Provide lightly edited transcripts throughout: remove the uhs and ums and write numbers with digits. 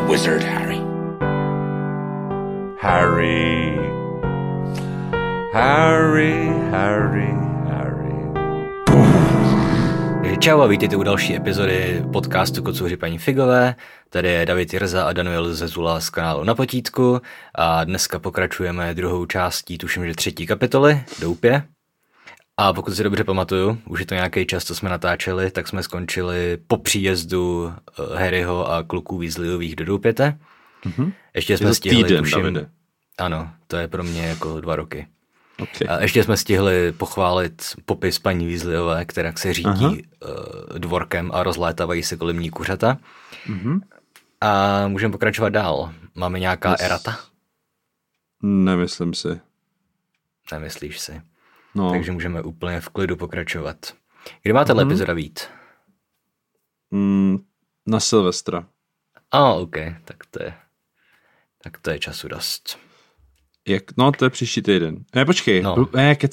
wizard, Harry. Harry. Harry, Harry, Harry. Čau a vítejte u další epizody podcastu Kocouři paní Figové. Tady je David Jirza a Daniel Zezula z kanálu Na potítku a dneska pokračujeme druhou částí, tuším, že 3. kapitoly, Doupě. A pokud si dobře pamatuju, už je to nějaký čas, co jsme natáčeli, tak jsme skončili po příjezdu Harryho a kluků Weasleyových do Doupěte. Mm-hmm. Ještě jsme stihli, týden, tuším, Davide. Ano, to je pro mě jako 2 roky. Okay. A ještě jsme stihli pochválit popis paní Weasleyové, která se řídí dvorkem a rozlétávají se kolem ní kuřata. Mm-hmm. A můžeme pokračovat dál. Máme nějaká errata? Nemyslím si. Nemyslíš si? No. Takže můžeme úplně v klidu pokračovat. Kdy má tato epizoda vít? Na Silvestra. OK, tak to je času dost. No, to je příští týden. Počkej, no.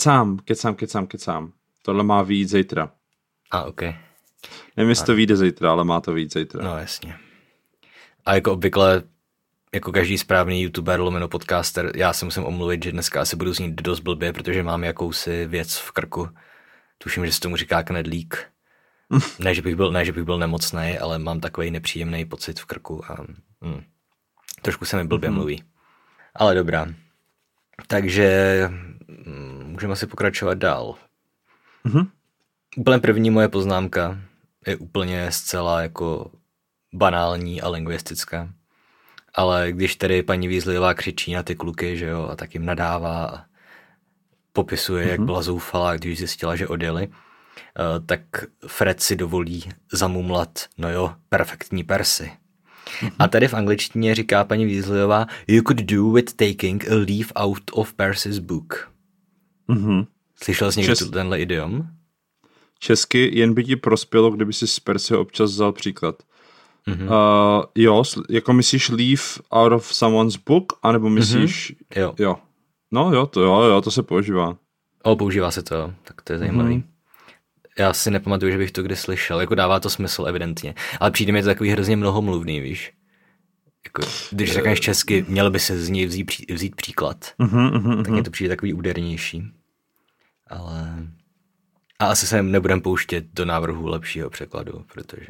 Kecám. Tohle má vyjít zítra. OK. Nevím, jestli to vyjde zítra, ale má to vyjít zítra. No, jasně. A jako obvykle, jako každý správný youtuber lomeno podcaster, já se musím omluvit, že dneska asi budu znít dost blbě, protože mám jakousi věc v krku. Tuším, že se tomu říká knedlík. Ne, že bych byl nemocnej, ale mám takový nepříjemný pocit v krku a trošku se mi blbě mluví. Ale dobrá. Takže můžeme si pokračovat dál. Mm-hmm. Úplně první moje poznámka je úplně zcela jako banální a lingvistická. Ale když tady paní Weasleyová křičí na ty kluky, že jo, a tak jim nadává a popisuje, jak byla zoufalá, když zjistila, že odjeli, tak Fred si dovolí zamumlat, no jo, perfektní Percy. A tady v angličtině říká paní Weasleyová, you could do with taking a leaf out of Percy's book. Slyšel jsi někdy tenhle idiom? Česky, jen by ti prospělo, kdyby si z Percyho občas vzal příklad. Jo, jako myslíš leave out of someone's book, anebo myslíš... Jo. No jo, to se používá. Používá se to, tak to je zajímavý. Já si nepamatuju, že bych to kdy slyšel, jako dává to smysl evidentně, ale přijde mi to takový hrozně mnohomluvný, víš. Jako, když řekneš česky, měl by se z něj vzít příklad, tak mi to přijde takový údernější. Ale... A asi se nebudem pouštět do návrhu lepšího překladu, protože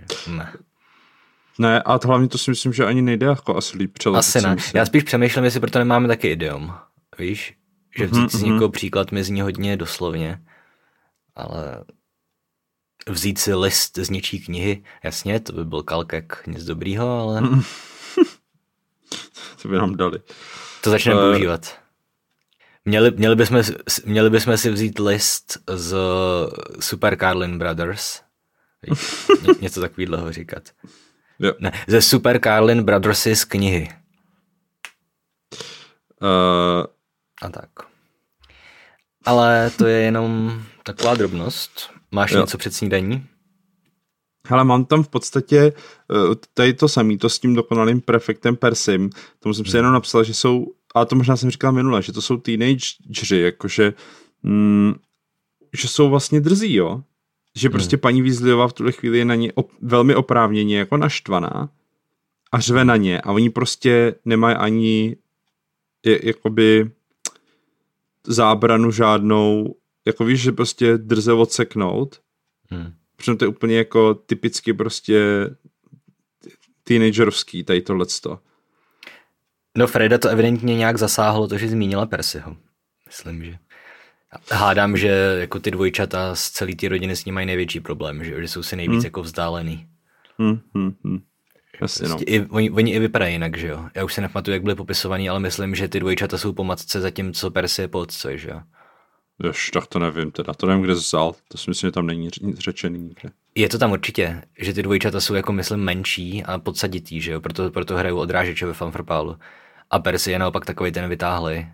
Ne, a hlavně to si myslím, že ani nejde jako asi líp přeložit. Asi ne. Já spíš přemýšlím, jestli proto nemáme taky idiom, víš? Že vzít z někoho příklad mi zní hodně doslovně, ale vzít si list z něčí knihy, jasně, to by byl kalkek, nic dobrýho, ale... To by nám dali. To začneme používat. Měli bychom si vzít list z Super Carlin Brothers. Něco takového říkat. Jo. Ne, ze Super Carlin Brothers z knihy. A tak. Ale to je jenom taková drobnost. Máš něco před snídaní? Hele, mám tam v podstatě tady to samý, to s tím dokonalým perfektem Percym. Tomu jsem si jenom napsal, že jsou, ale to možná jsem říkal minule, že to jsou teenageři, jakože že jsou vlastně drzí, jo? Že prostě paní Weasleyová v tuhle chvíli je na ně velmi oprávněně jako naštvaná a řve na ně a oni prostě nemají ani jakoby zábranu žádnou, jako víš, že prostě drze odseknout. Protože to je úplně jako typicky prostě teenagerovský tady tohleto. No Freda to evidentně nějak zasáhlo to, že zmínila Percyho. Myslím, že. Hádám, že jako ty dvojčata z celé té rodiny s ním mají největší problém, že jsou si nejvíc jako vzdálený. Jasně, no. Oni i vypadají jinak, že jo. Já už se nepamatuju, jak byly popisovaný, ale myslím, že ty dvojčata jsou po matce, zatímco Percy je po otci, že jo. Jož, tak to nevím teda, to nevím, kde jsi vzal, to si myslím, že tam není nic řečený nikde. Je to tam určitě, že ty dvojčata jsou jako myslím menší a podsaditý, že jo, proto hrajou odrážeče ve fanfrpálu. A Percy je naopak takovej ten vytáhlej.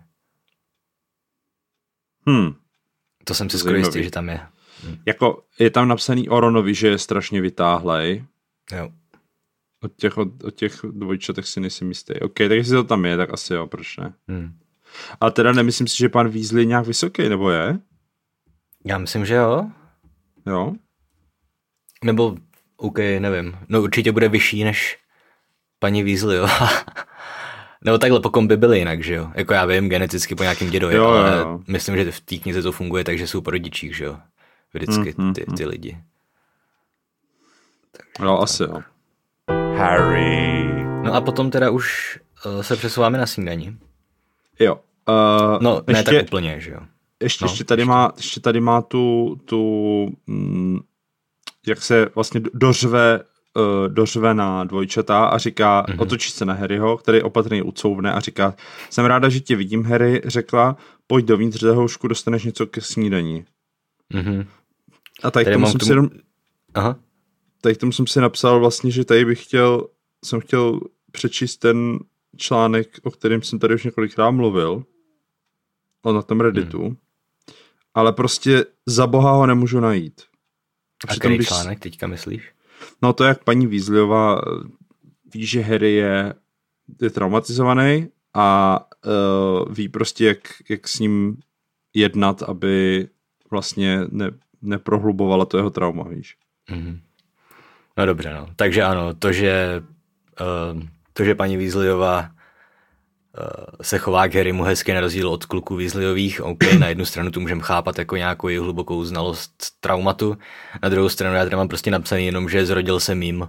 To jsem si skoro jistý, že tam je. Jako je tam napsaný o Ronovi, že je strašně vytáhlej. Jo. Od těch dvojčatech si nejsem jistý. OK, tak jestli to tam je, tak asi jo, proč ne? Ale teda nemyslím si, že pan Weasley je nějak vysoký, nebo je? Já myslím, že jo. Jo? Nebo, OK, nevím. No určitě bude vyšší než paní Weasleyová. Nebo takhle, pokud by byly jinak, že jo? Jako já vím, geneticky po nějakým dědovi, ale myslím, že v té knize to funguje tak, že jsou po rodičích, že jo? Vždycky ty lidi. Takže jo, asi jo. Harry. No a potom teda už se přesouváme na snídani. Jo. No, ne ještě, tak úplně, že jo? Ještě tady má tu jak se vlastně dořve na dvojčata a říká, otočí se na Harryho, který opatrně ucouvne a říká, jsem ráda, že tě vidím, Harry, řekla, pojď dovnitř do houšku, dostaneš něco ke snídani. A tady k tomu jsem si napsal vlastně, že tady jsem chtěl přečíst ten článek, o kterém jsem tady už několikrát mluvil, na tom Redditu, ale prostě za boha ho nemůžu najít. A který článek teďka myslíš? No to, jak paní Weasleyová ví, že Harry je traumatizovaný a ví prostě, jak s ním jednat, aby vlastně neprohlubovala to jeho trauma, víš. No dobře, no. Takže ano, to, že paní Weasleyová se chová k Harrymu hezky na rozdíl od kluků Weasleyových, OK, na jednu stranu to můžeme chápat jako nějakou jejich hlubokou znalost traumatu, na druhou stranu já tady mám prostě napsaný jenom, že zrodil se mým.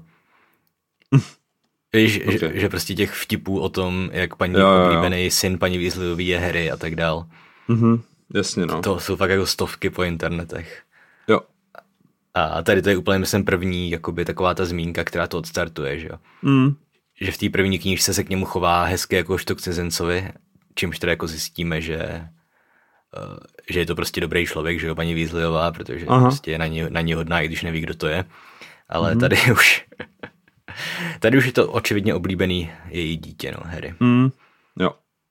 Víš, okay. že prostě těch vtipů o tom, jak paní oblíbený syn paní Weasleyový je Harry a tak dál. Jasně, no. To jsou fakt jako stovky po internetech. Jo. A tady to je úplně, myslím, první jakoby taková ta zmínka, která to odstartuje, že jo. Že v té první knížce se k němu chová hezky jakožto k cizincovi, čímž teda jako zjistíme, že je to prostě dobrý člověk, že jo, paní Weasleyová, protože prostě je na ní hodná, i když neví, kdo to je. Ale tady už je to očividně oblíbený její dítě, no, Harry. Jo.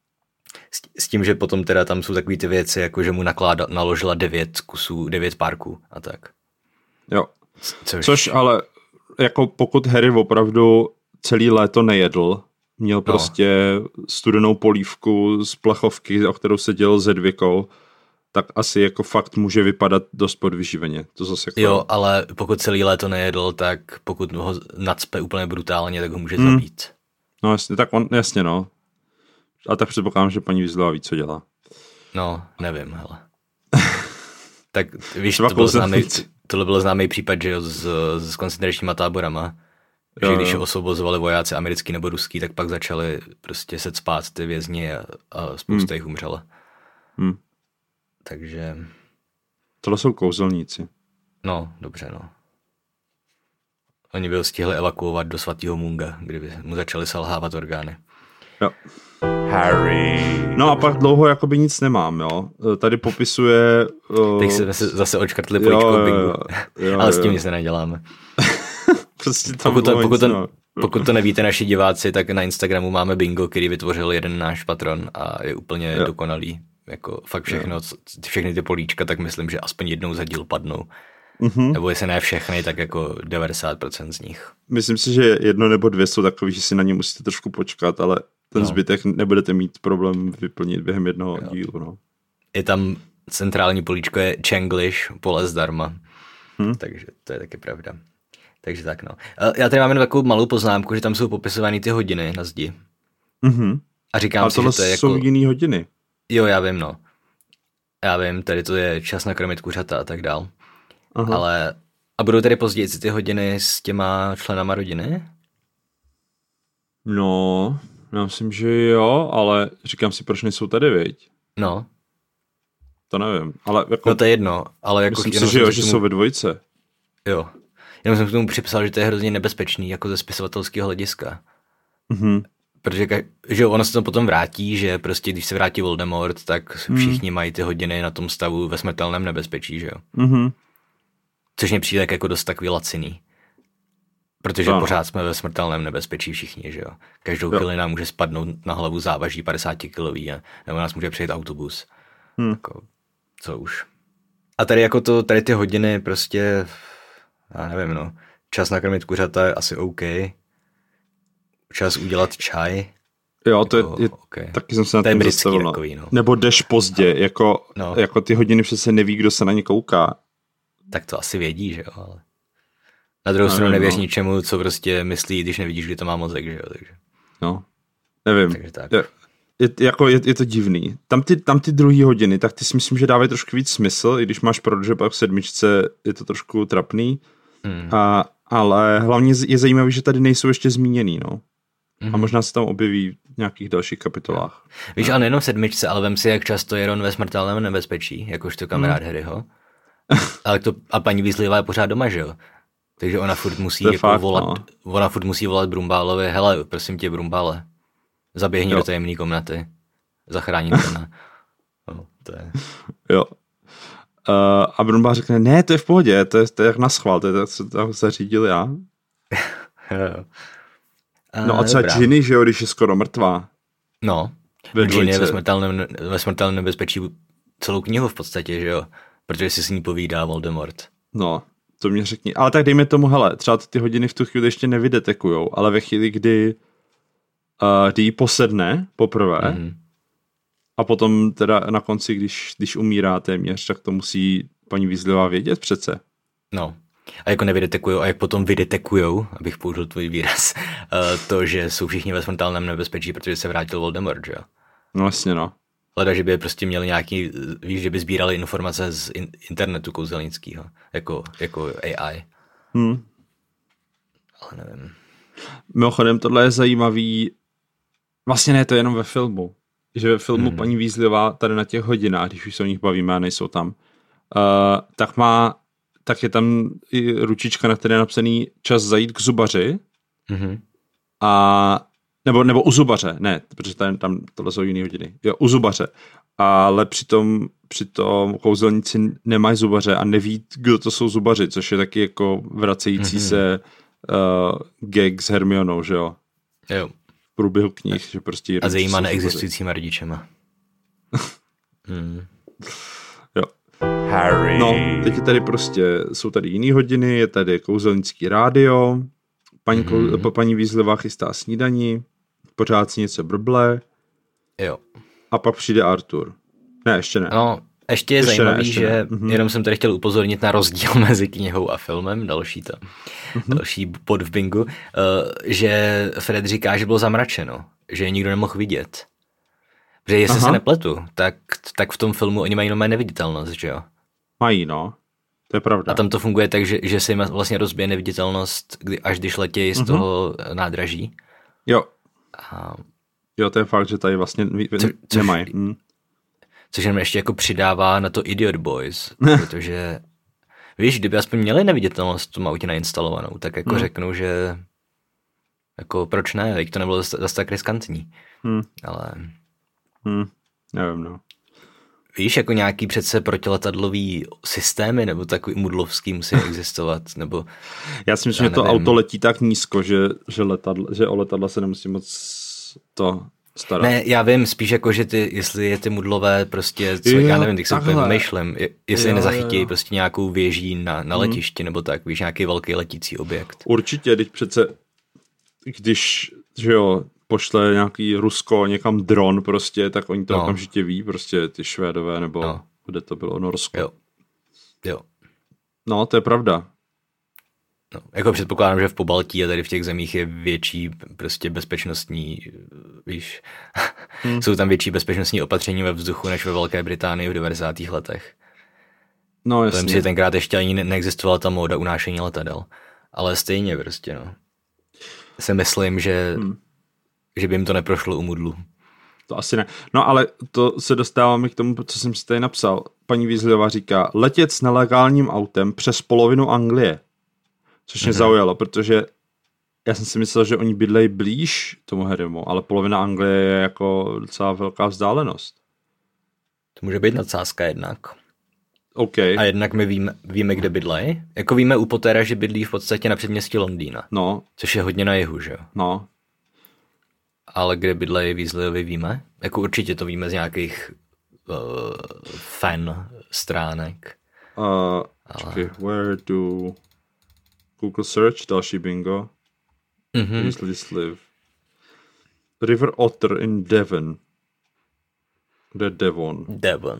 S tím, že potom teda tam jsou takový ty věci, jako že mu naložila 9 párků a tak. Jo. Což ale jako pokud Harry opravdu celý léto nejedl, měl prostě studenou polívku z plechovky, o kterou se dělal se dvěkou, tak asi jako fakt může vypadat dost podvyživeně. To zase jako... Jo, ale pokud celý léto nejedl, tak pokud ho nacpe úplně brutálně, tak ho může zabít. No jasně, jasně no. A tak předpokládám, že paní Weasleyová ví, co dělá. Nevím, hele. Tak víš, tohle byl známý případ, že jo, s koncentračníma táborama. Že když osvobozovali vojáci americký nebo ruský, tak pak začali prostě se cpát ty vězni a spousta jich umřelo. Takže... Tohle jsou kouzelníci. No, dobře, no. Oni by ho stihli evakuovat do svatého Munga, kdyby mu začali selhávat orgány. Jo. Harry. No a pak dlouho jakoby nic nemám, jo. Tady popisuje... Teď jsme se zase očkrtli políčkou bingu. Ale s tím nic neděláme. Prostě tam pokud to nevíte, naši diváci, tak na Instagramu máme bingo, který vytvořil jeden náš patron a je úplně dokonalý. Jako fakt všechny ty políčka, tak myslím, že aspoň jednou za díl padnou. Nebo jestli ne všechny, tak jako 90% z nich. Myslím si, že 1 nebo 2 jsou takový, že si na ně musíte trošku počkat, ale ten zbytek nebudete mít problém vyplnit během jednoho dílu. No. Je tam centrální políčko je Chenglish, pole zdarma. Takže to je taky pravda. Takže tak, no. Já tady mám jen takovou malou poznámku, že tam jsou popisovány ty hodiny na zdi. A říkám si, že to je jako... jsou jiný hodiny. Jo, já vím, no. Já vím, tady to je čas nakrmit kuřata a tak dál. Ale... A budou tady později ty hodiny s těma členama rodiny? No, já myslím, že jo, ale říkám si, proč nejsou tady, viď? No. To nevím, ale jako... No to je jedno, ale jako... Myslím si, že jo, že jsou ve dvojce. Jo. Jenom jsem k tomu připsal, že to je hrozně nebezpečný, jako ze spisovatelského hlediska. Protože že ono se to potom vrátí, že prostě když se vrátí Voldemort, tak všichni mají ty hodiny na tom stavu ve smrtelném nebezpečí, že jo. Což mě přijde jako dost takový laciný. Protože pořád jsme ve smrtelném nebezpečí všichni, že jo. Každou chvíli nám může spadnout na hlavu závaží 50 kilový, nebo nás může přijet autobus. Jako, co už. A tady jako tady ty hodiny prostě, já nevím, no. Čas nakrmit kuřata je asi OK. Čas udělat čaj. Jo, to je okay. Taky jsem se na tím zastavil. Takový, no. Nebo jdeš pozdě, jako ty hodiny přece neví, kdo se na ně kouká. Tak to asi vědí, že jo, ale... Na druhou stranu nevím, nevěř no. ničemu, co prostě myslí, když nevidíš, kdy to má mozek, že jo, takže. No, nevím. Takže tak. Je to divný. Tam ty druhé hodiny, tak ty si myslím, že dávají trošku víc smysl, i když máš pravdu, že pak v 7 je to trošku trapný. Ale hlavně je zajímavé, že tady nejsou ještě zmíněný, no. A možná se tam objeví v nějakých dalších kapitolách. Víš, ale nejenom v 7, ale vem si, jak často je Ron ve smrtelném nebezpečí, jakožto kamarád Harryho. Ale a paní Weasleyová je pořád doma, že jo? Takže ona furt musí ona furt musí volat Brumbálovi, hele, prosím tě, Brumbále, zaběhni do tajemné komnaty, zachrání to. No, to je... Jo. A Brumbál řekne, ne, to je v pohodě, to je jak na schvál, to je tak, co tam zařídil já. No a třeba Ginny, že jo, když je skoro mrtvá. No, Ginny je ve smrtelném nebezpečí celou knihu v podstatě, že jo, protože si s ní povídá Voldemort. No, to mě řekni. Ale tak dejme tomu, hele, třeba ty hodiny v tu chvíli ještě nevydetekujou, ale ve chvíli, kdy jí posedne poprvé a potom teda na konci, když umírá téměř, tak to musí paní Weasleyová vědět přece. No, a jako nevydetekujou, a jak potom vydetekujou, abych použil tvůj výraz, to, že jsou všichni ve smrtelném nebezpečí, protože se vrátil Voldemort, že jo? No vlastně, no. Hleda, že by prostě měli nějaký, víš, že by sbírali informace z internetu kouzelnického, jako AI. Ale nevím. Mimochodem, tohle je zajímavý, vlastně ne, to je jenom ve filmu, že ve filmu paní Weasleyová tady na těch hodinách, když už se o nich bavíme a nejsou tam, tak je tam i ručička, na které je napsaný čas zajít k zubaři a nebo u zubaře, ne, protože tam tohle jsou jiný hodiny. Jo, u zubaře. Ale přitom kouzelníci nemají zubaře a neví, kdo to jsou zubaři, což je taky jako vracející se gag s Hermionou, že jo? Jo. V průběhu knih, že prostě... A zajímá neexistujícíma rodičema. Jo. Harry. No, teď je tady prostě, jsou tady jiný hodiny, je tady kouzelnický rádio, paní Weasleyová chystá snídani, pořád si něco brble. Jo. A pak přijde Arthur. Ne, ještě ne. No, ještě je zajímavý, že jenom jsem tady chtěl upozornit na rozdíl mezi knihou a filmem, další bod v bingu, že Fred říká, že bylo zamračeno, že je nikdo nemohl vidět. Protože jestli se nepletu, tak v tom filmu oni mají jenom neviditelnost, že jo? Mají, no. To je pravda. A tam to funguje tak, že se jim vlastně rozbije neviditelnost, až když letějí z toho nádraží. Jo. Jo, to je fakt, že tady vlastně nemají. Což jenom ještě jako přidává na to Idiot Boys, protože víš, kdyby aspoň měli neviditelnost v tom autě nainstalovanou, tak jako řeknu, že jako proč ne, jak to nebylo zase tak riskantní. Ale... Nevím, no. Víš, jako nějaký přece protiletadlový systémy, nebo takový mudlovský musí existovat, nebo... Já si myslím, že to auto letí tak nízko, že o letadla se nemusí moc to starat. Ne, já vím, spíš jako, že jestli je ty mudlové prostě, já nevím, tak se úplně vymýšlím, jestli nezachytí prostě nějakou věží na letišti, nebo tak, víš, nějaký velký letící objekt. Určitě, teď přece, když, že jo, pošle nějaký Rusko někam dron prostě, tak oni to okamžitě ví, prostě ty Švédové, nebo kde to bylo, Norsko. Jo. No, to je pravda. No, jako předpokládám, že v Pobaltí a tady v těch zemích je větší prostě bezpečnostní, víš, jsou tam větší bezpečnostní opatření ve vzduchu než ve Velké Británii v 90. letech. No, jasně. Myslím si, že tenkrát ještě ani neexistovala ta móda unášení letadel. Ale stejně prostě, no. Si myslím, že by jim to neprošlo u mudlu. To asi ne. No ale to se dostáváme k tomu, co jsem si tady napsal. Paní Weasleyová říká, letět s nelegálním autem přes polovinu Anglie. Což mě zaujalo, protože já jsem si myslel, že oni bydlejí blíž tomu Harrymu, ale polovina Anglie je jako docela velká vzdálenost. To může být nadsázka jednak. Okay. A jednak my víme, kde bydlejí. Jako víme u Pottera, že bydlí v podstatě na předměstí Londýna. No. Což je hodně na jihu, že jo? No. Ale kde bydlejí Weasleyovi víme? Jako určitě to víme z nějakých fan stránek. Počkej, where do... Google search, další bingo. Weasleys live. River Otter in Devon. Kde je Devon? Devon.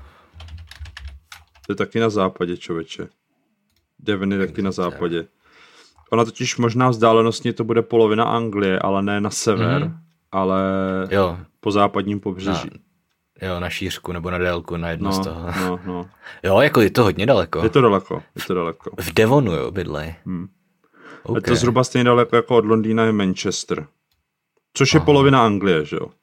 To je taky na západě, člověče. Devon je taky na západě. ona totiž možná vzdálenostně to bude polovina Anglie, ale ne na sever, ale po západním pobřeží. Na šířku nebo na délku, na jedno z toho. No. Jo, jako je to hodně daleko. Je to daleko. V Devonu, jo, bydlej. Okay. Je to zhruba stejně daleko jako od Londýna je Manchester. Což je polovina Anglie, že jo?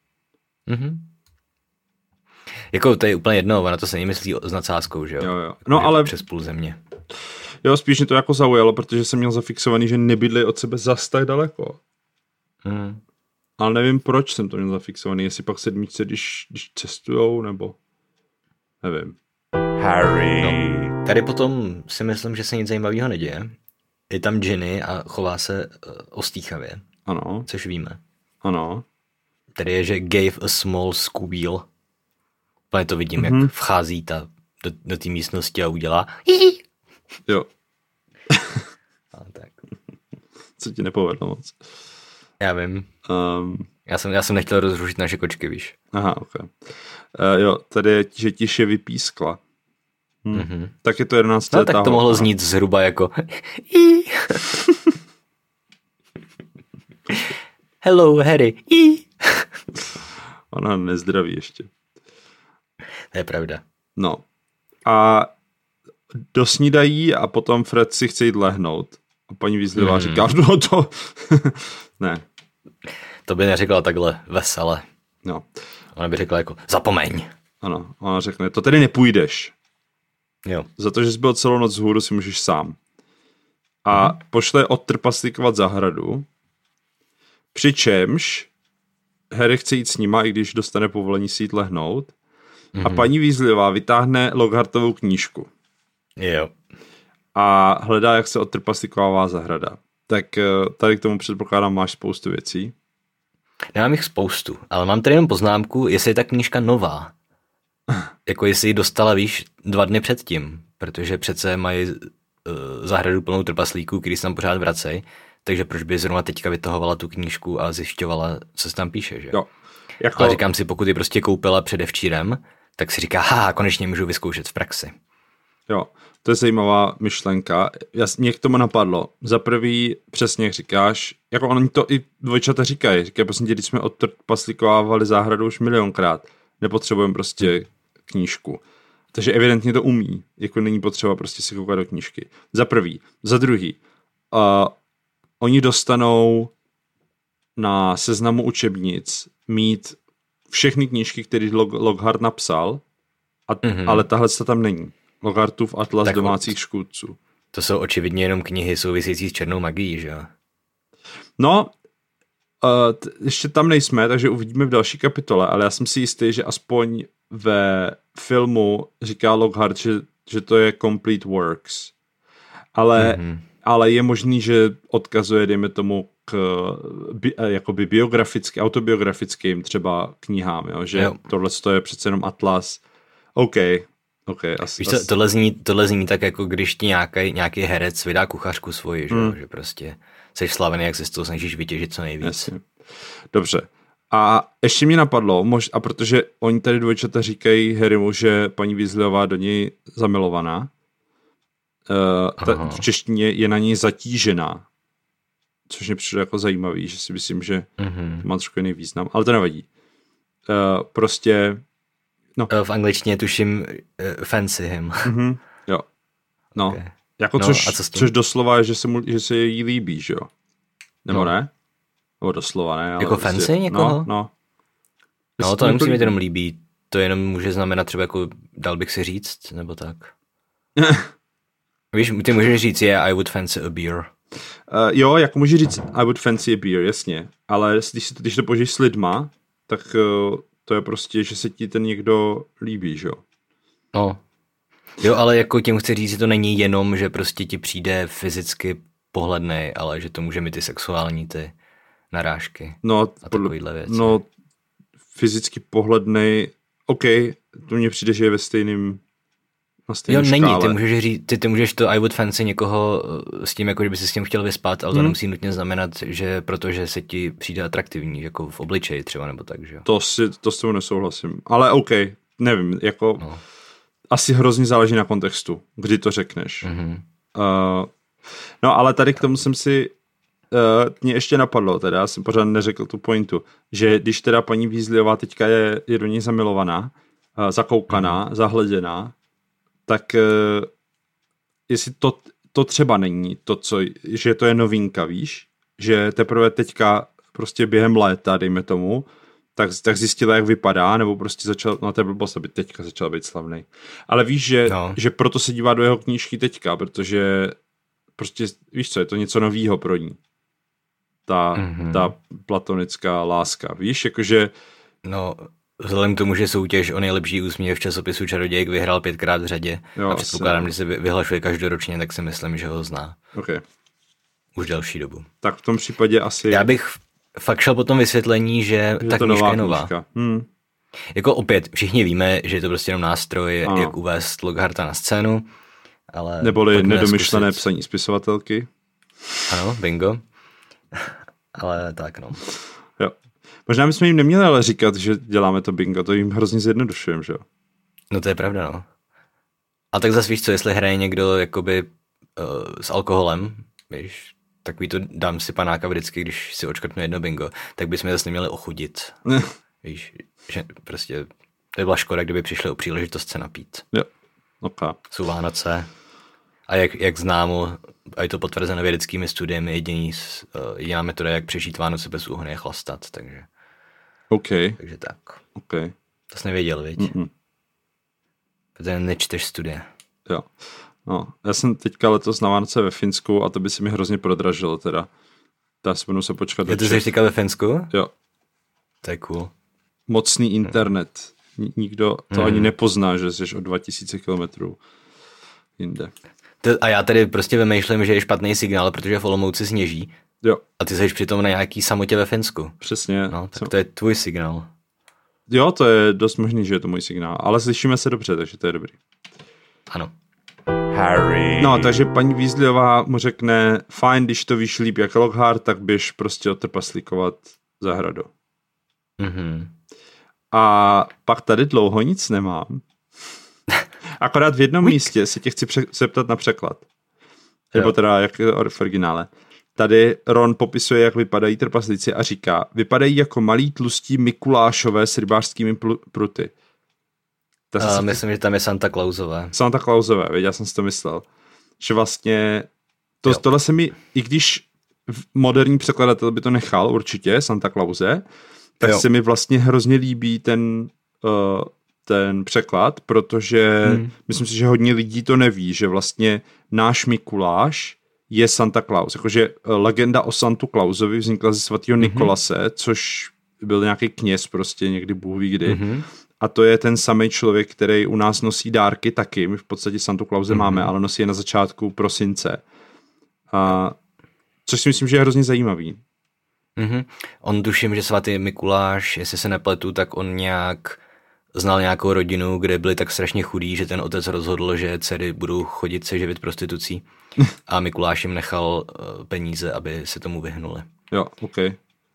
Jako to je úplně jedno, ona to se nemyslí s nadsázkou, že jo? Jo. No ale... Přes půl země. Jo, spíš mě to jako zaujalo, protože jsem měl zafixovaný, že nebydlí od sebe zas tak daleko. Ale nevím, proč jsem to měl zafixovaný, jestli pak sedmičce, když cestujou, nebo... Nevím. Harry. No, tady potom si myslím, že se nic zajímavého neděje. Je tam Ginny a chová se ostýchavě. Ano. Což víme. Ano. Tady je, že gave a small squeal. Úplně to vidím, jak vchází do té místnosti a udělá jo. A tak. Co ti nepovedlo moc? Já vím. Já jsem nechtěl rozrušit naše kočky, víš. Aha, ok. Jo, tady je, že tiše vypískla. Tak je to 11. No, tak to mohlo znít zhruba jako Hello, Harry. Ona nezdraví ještě. To je pravda. No. A dosnídají a potom Fred si chce jít lehnout. A paní Weasleyová říká, no to... ne. To by neřekla takhle vesele. No. Ona by řekla jako, zapomeň. Ano, ona řekne, to tedy nepůjdeš. Jo. Za to, že jsi byl celou noc vzhůru, si můžeš sám. A pošle odtrpaslíkovat zahradu, přičemž Harry chce jít s nima, i když dostane povolení si jít lehnout. A paní Weasleyová vytáhne Lockhartovou knížku. Jo. A hledá, jak se odtrpaslíkovává zahrada. Tak tady k tomu předpokládám, máš spoustu věcí. Nemám jich spoustu, ale mám tady jenom poznámku, jestli je ta knížka nová. Jako jestli ji dostala, víš, 2 dny předtím, protože přece mají zahradu plnou trpaslíků, který se tam pořád vracej, takže proč by zrovna teďka vytahovala tu knížku a zjišťovala, co se tam píše, že? Jo. Jako... Ale říkám si, pokud ji prostě koupila předevčírem, tak si říká, konečně můžu vyzkoušet v praxi. Jo, to je zajímavá myšlenka. Mě k tomu napadlo. Za prvý, přesně jak říkáš, jako oni to i dvojčata říkají. Říkají, prostě, když jsme odtrpaslíkovávali záhradu už milionkrát, nepotřebujeme prostě knížku. Takže evidentně to umí. Jako není potřeba prostě si koukat do knížky. Za prvý. Za druhý. Oni dostanou na seznamu učebnic mít všechny knížky, které Lockhart napsal, ale tahle tam není. Lockhartův atlas tak domácích škůdců. To jsou očividně jenom knihy související s černou magií, že jo? No, ještě tam nejsme, takže uvidíme v další kapitole, ale já jsem si jistý, že aspoň ve filmu říká Lockhart, že to je complete works. Ale je možný, že odkazuje, dejme tomu, k jakoby autobiografickým třeba knihám, jo? Že tohle je přece jenom atlas. OK, víš co, tohle zní tak, jako když ti nějaký herec vydá kuchařku svoji, že prostě seš slavený, jak se z toho snažíš vytěžit co nejvíc. Jasně. Dobře. A ještě mi napadlo, a protože oni tady dvojčata říkají Harrymu, že paní Weasleyová do něj zamilovaná, v češtině je na něj zatížená, což mě přijde jako zajímavý, že si myslím, že to má trošku jiný význam, ale to nevadí. Prostě no. V angličtině tuším fancy him. Jo. No. Okay. Jako což doslova je, že se jí líbí, že jo? Nebo ne? Nebo doslova ne. Ale jako prostě, fancy někoho? No, to nemusí mít jenom líbí. To jenom může znamenat třeba jako dal bych si říct, nebo tak. Víš, ty můžeš říct, I would fancy a beer. Jo, jako můžeš říct I would fancy a beer, jasně. Ale když to použiješ s lidma, tak to je prostě, že se ti ten někdo líbí, že jo? No. Jo, ale jako tím chci říct, že to není jenom, že prostě ti přijde fyzicky pohlednej, ale že to může mít i sexuální ty narážky. No, a takovýhle věci. No, fyzicky pohlednej, OK, to mně přijde, že je ve stejným na stejné škále. Není, ty můžeš říct, ty můžeš to I would fancy někoho s tím, jako že by si s tím chtěl vyspat, ale to nemusí nutně znamenat, že protože se ti přijde atraktivní, jako v obličeji třeba, nebo tak, že jo. To s tomu nesouhlasím, ale OK, nevím, jako asi hrozně záleží na kontextu, kdy to řekneš. No ale tady k tomu jsem si mě ještě napadlo, teda já jsem pořád neřekl tu pointu, že když teda paní Weasleyová teďka je do ní zamilovaná, zakoukaná, zahleděná, tak jestli to třeba není to, že to je novinka, víš? Že teprve teďka prostě během léta, dejme tomu, tak zjistila, jak vypadá, nebo prostě začal, no to je blbost, aby teďka začal být slavný. Ale víš, že proto se dívá do jeho knížky teďka, protože prostě, víš co, je to něco novýho pro ní. Ta platonická láska, víš, jakože... No, vzhledem k tomu, že soutěž o nejlepší úsměv v časopisu Čarodějek vyhrál 5krát v řadě a předpokládám, že se vyhlašuje každoročně, tak si myslím, že ho zná. Okay. Už delší dobu. Tak v tom případě asi... Já bych fakt šel po tom vysvětlení, že ta knížka je nová. Jako opět, všichni víme, že je to prostě jenom nástroj, jak uvést Lockharta na scénu, ale... Neboli nedomyšlené psaní spisovatelky. Ano, bingo. Ale tak, no. Jo. Možná bychom jim neměli ale říkat, že děláme to bingo, to jim hrozně zjednodušujeme, že jo? No to je pravda, no. A tak zase víš co, jestli hraje někdo jakoby s alkoholem, víš, takový to dám si panáka vždycky, když si očkrtnu jedno bingo, tak bychom zase neměli ochudit. Víš, že prostě to by byla škoda, kdyby přišli o příležitost se napít. Jo, okay. Jsou Vánoce a jak známo, a je to potvrzeno vědeckými studiemi, jediná metoda, jak přežít Vánoce bez úhony, je chlastat, takže. Okay. Takže tak. Okay. To jsi nevěděl, viď? Protože nečteš studie. Jo. No, já jsem teďka letos na Vánoce ve Finsku a to by si mi hrozně prodražilo teda. Tak si budu se počkat. Ty jsi teďka ve Finsku? Jo. To je cool. Mocný internet. Nikdo to ani nepozná, že jsi o 2000 kilometrů jinde. A já tady prostě vymýšlím, že je špatný signál, protože v Olomouci sněží. Jo. A ty jsi přitom na nějaký samotě ve Finsku. Přesně. No, tak to je tvůj signál. Jo, to je dost možný, že je to můj signál. Ale slyšíme se dobře, takže to je dobrý. Ano. Harry. No, takže paní Weasleyová mu řekne, fajn, když to víš líp jak Lockhart, tak běž prostě otrpaslíkovat zahradu. A pak tady dlouho nic nemám. Akorát v jednom místě se tě chci zeptat na překlad. Nebo teda jak v originále. Tady Ron popisuje, jak vypadají trpaslíci a říká, vypadají jako malí tlustí Mikulášové s rybářskými pruty. Myslím, že tam je Santa Clausové. Santa Clausové, já jsem si to myslel. Že vlastně, tohle se mi, i když moderní překladatel by to nechal určitě, Santa Clause, tak se mi vlastně hrozně líbí ten překlad, protože myslím si, že hodně lidí to neví, že vlastně náš Mikuláš je Santa Claus. Jakože legenda o Santu Clausovi vznikla ze svatého Nikolase, což byl nějaký kněz prostě někdy Bůh ví kdy. A to je ten samý člověk, který u nás nosí dárky taky. My v podstatě Santu Clause máme, ale nosí je na začátku prosince. Což si myslím, že je hrozně zajímavý. On tuším, že svatý Mikuláš, jestli se nepletu, tak on nějak znal nějakou rodinu, kde byli tak strašně chudí, že ten otec rozhodl, že dcery budou chodit se živit prostitucí a Mikuláš jim nechal peníze, aby se tomu vyhnuli. Jo, okay.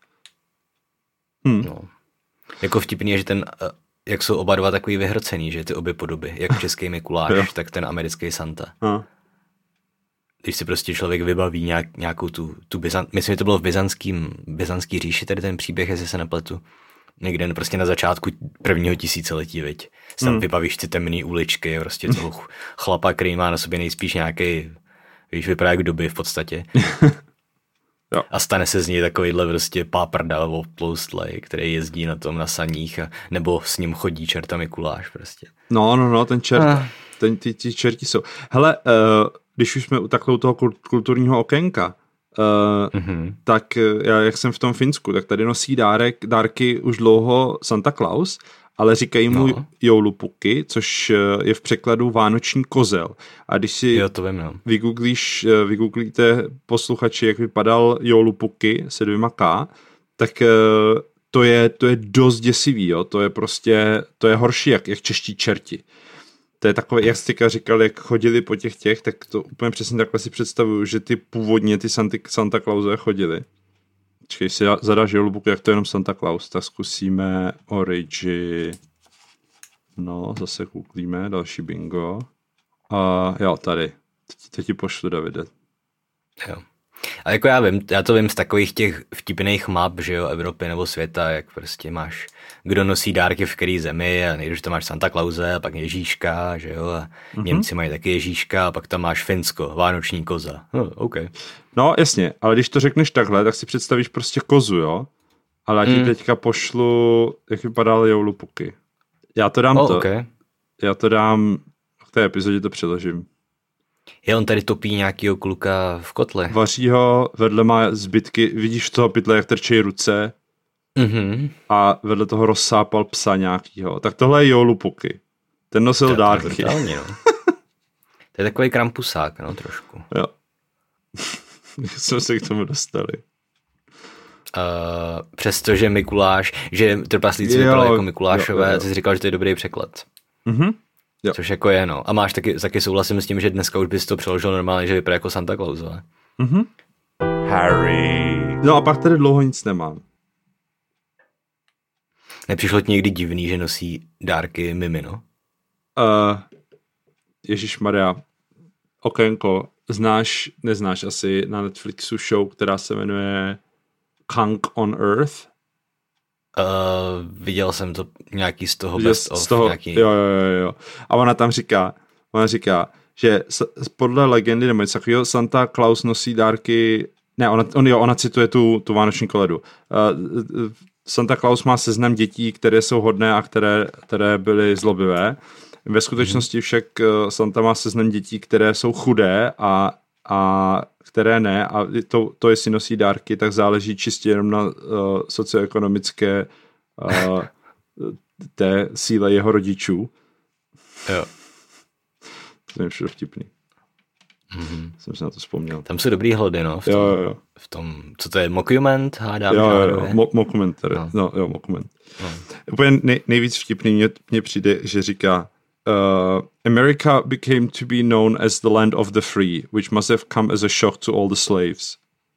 No. Jako vtipný je, že jak jsou oba dva takový vyhrocený, že ty obě podoby, jak český Mikuláš, tak ten americký Santa. Když si prostě člověk vybaví nějakou tu myslím, že to bylo v byzantský říši, tady ten příběh, jestli se nepletu. Někde prostě na začátku prvního tisíciletí, viď. Tam vybavíš ty temné uličky, prostě toho chlapa, který má na sobě nejspíš nějaký, víš, vypadá jak doby v podstatě. Jo. A stane se z něj takovýhle prostě páprda obtloustlej, který jezdí na saních nebo s ním chodí čerta Mikuláš prostě. No, ten čert, ty čerti jsou. Hele, když už jsme u toho kulturního okénka, tak já, jak jsem v tom Finsku, tak tady nosí dárky už dlouho Santa Claus, ale říkají mu joulupukki, což je v překladu vánoční kozel. A když si vygooglíte posluchači, jak vypadal joulupukki se 2K, tak to je dost děsivý, jo? To je horší jak čeští čerti. To je takové, jak jste říkal, jak chodili po těch, tak to úplně přesně takhle si představuju, že původně ty Santa Clausové chodili. Čekej, si zadáš joulupukki, jak to je jenom Santa Claus, tak zkusíme Origi. No, zase googlíme, další bingo. Jo, tady. Teď ti pošlu, Davide. Jo. A jako já to vím z takových těch vtipných map, že jo, Evropy nebo světa, jak prostě máš, kdo nosí dárky v který zemi a nejdřív tam máš Santa Clause a pak Ježíška, že jo, a Němci mají taky Ježíška a pak tam máš Finsko, vánoční koza. OK. No jasně, ale když to řekneš takhle, tak si představíš prostě kozu, jo? Ale já ti teďka pošlu, jak vypadaly joulupuky. Já to dám okay. Já to dám, v té epizodě to přeložím. Je on tady topí nějakýho kluka v kotle. Vaří ho, vedle má zbytky, vidíš v toho pytle, jak trčí ruce a vedle toho rozsápal psa nějakýho. Tak tohle je joulupuky. Ten nosil dárky. To je takový krampusák, no trošku. Jo. Jsme se k tomu dostali. Přestože Mikuláš, že trpaslíci vypadali jako Mikulášové, ty jsi říkal, že to je dobrý překlad. Jo. Což jako je, no. A máš taky souhlasím s tím, že dneska už bys to přeložil normálně, že vypadá jako Santa Claus, ale. Harry. No a pak tady dlouho nic nemám. Nepřišlo ti někdy divný, že nosí dárky mimino? Ježišmarja, okénko, neznáš asi na Netflixu show, která se jmenuje Kang on Earth? Viděl jsem to nějaký z toho best of. Nějaký... Jo. A ona tam říká, že podle legendy nebo něco takového Santa Claus nosí dárky, ne, ona cituje tu vánoční koledu. Santa Claus má seznam dětí, které jsou hodné a které byly zlobivé. Ve skutečnosti však Santa má seznam dětí, které jsou chudé a které ne. A to, jestli nosí dárky, tak záleží čistě jenom na socioekonomické té síle jeho rodičů. Jo. To je všechno vtipný. Jsem se na to vzpomněl. Tam jsou dobrý hlody, no. V tom, co to je, mockument? Hádám, mockumentary. Mockument. Úplně nejvíc vtipný mně přijde, že říká America became to be known as the land of the free, which must have come as a shock to all the slaves.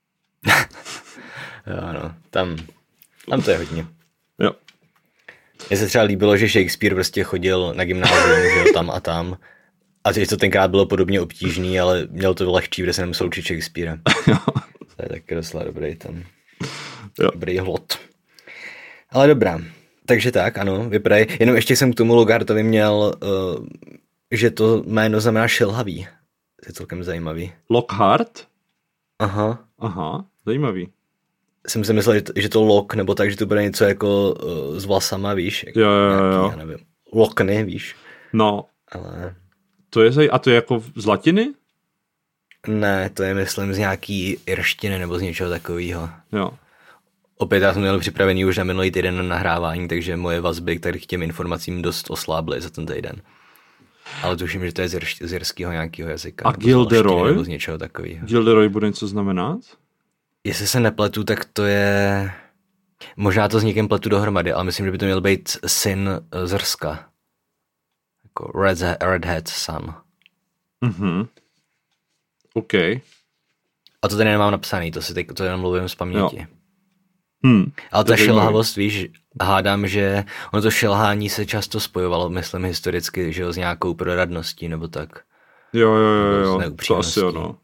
Jo, no. Tam to je hodně. Jo. Mně se třeba líbilo, že Shakespeare prostě chodil na gymnázium, že jo, tam a tam. A že to tenkrát bylo podobně obtížný, ale měl to lehčí, kde se nemusel učit Shakespearea. To je taky docela dobrý ten dobrý hlod. Ale dobrá. Takže tak, ano, vypadají. Jenom ještě jsem k tomu Logartovi měl, že to jméno znamená šilhavý. To je celkem zajímavý. Lockhart? Aha, zajímavý. Jsem si myslel, že to lock, nebo tak, že to bude něco jako s vlasama, víš? Jako jo. Já nevím. Lokny, víš? No. Ale... A to je jako z latiny? Ne, to je myslím z nějaký irštiny nebo z něčeho takového. Jo. Opět já jsem měl připravený už na minulý týden na nahrávání, takže moje vazby k těm informacím dost oslábly za ten týden. Ale tuším, že to je z irského nějakého jazyka. A Gilderoy? Nebo z něčeho takového. Gilderoy bude něco znamenat? Jestli se nepletu, tak to je... Možná to s někým pletu dohromady, ale myslím, že by to měl být syn z Rska. Jako Redhead son. OK. A to tady nemám napsaný, to jenom mluvím z paměti. Jo. Ale ta šilhavost, víš, hádám, že ono to šilhání se často spojovalo, myslím historicky, že jo, s nějakou proradností nebo tak. Jo, to asi jo, no.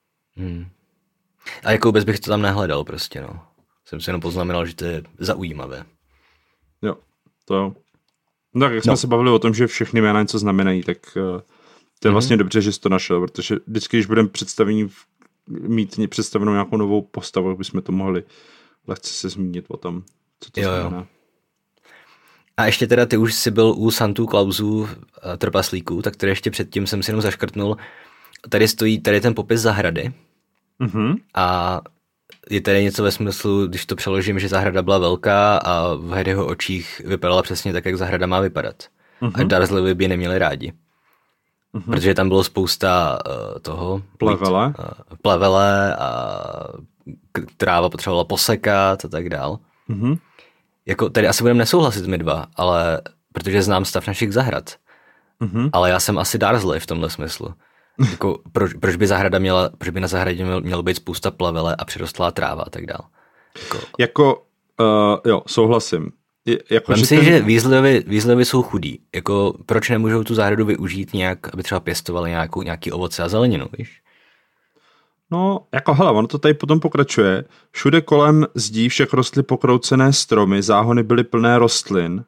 A jako vůbec bych to tam nehledal prostě, no. Jsem si jenom poznamenal, že to je zaujímavé. Jo, to jo. No tak, jak jsme se bavili o tom, že všechny jména něco znamenají, tak to je vlastně dobře, že jsi to našel, protože vždycky, když budeme mít představenou nějakou novou postavu, bychom to mohli lehce se zmínit o tom, co to znamená. A ještě teda ty už jsi byl u Santů Clausů trpaslíků, tak tady ještě předtím jsem si jenom zaškrtnul. Tady je ten popis zahrady a je tady něco ve smyslu, když to přeložím, že zahrada byla velká a v Harryho očích vypadala přesně tak, jak zahrada má vypadat. A Dursleyovi by neměli rádi. Protože tam bylo spousta toho... Plevele a tráva potřebovala posekat a tak dál. Jako tady asi budeme nesouhlasit my dva, ale protože znám stav našich zahrad. Ale já jsem asi Dursley v tomhle smyslu. Jako, proč by na zahradě mělo být spousta plevele a přirostlá tráva a tak dál. Jo, souhlasím. Vem si, že Weasleyovi jsou chudí. Jako, proč nemůžou tu zahradu využít nějak, aby třeba pěstovali nějaký ovoce a zeleninu, víš? No, jako hele, ono to tady potom pokračuje. Všude kolem zdí však rostly pokroucené stromy, záhony byly plné rostlin.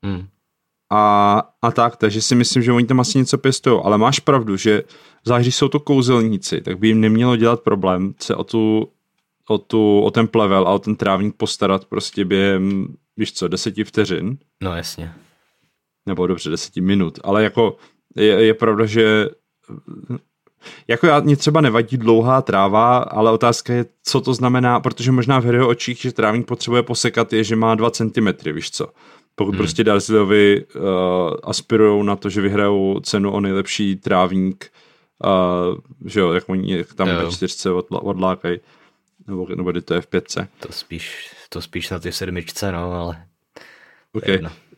A tak, takže si myslím, že oni tam asi něco pěstujou, ale máš pravdu, že zvlášť, když jsou to kouzelníci, tak by jim nemělo dělat problém se o ten plevel a o ten trávník postarat prostě během, víš co, 10 vteřin. No jasně. Nebo dobře, 10 minut, ale jako je pravda, že jako mě třeba nevadí dlouhá tráva, ale otázka je, co to znamená, protože možná v jeho očích, že trávník potřebuje posekat, je, že má 2 cm, víš co. Pokud prostě Dursley aspirujou na to, že vyhrajou cenu o nejlepší trávník, že jo, jak oni tam ve 4 odlákají, nebo kdy to je v 5. To spíš na ty 7, no, ale... Okay.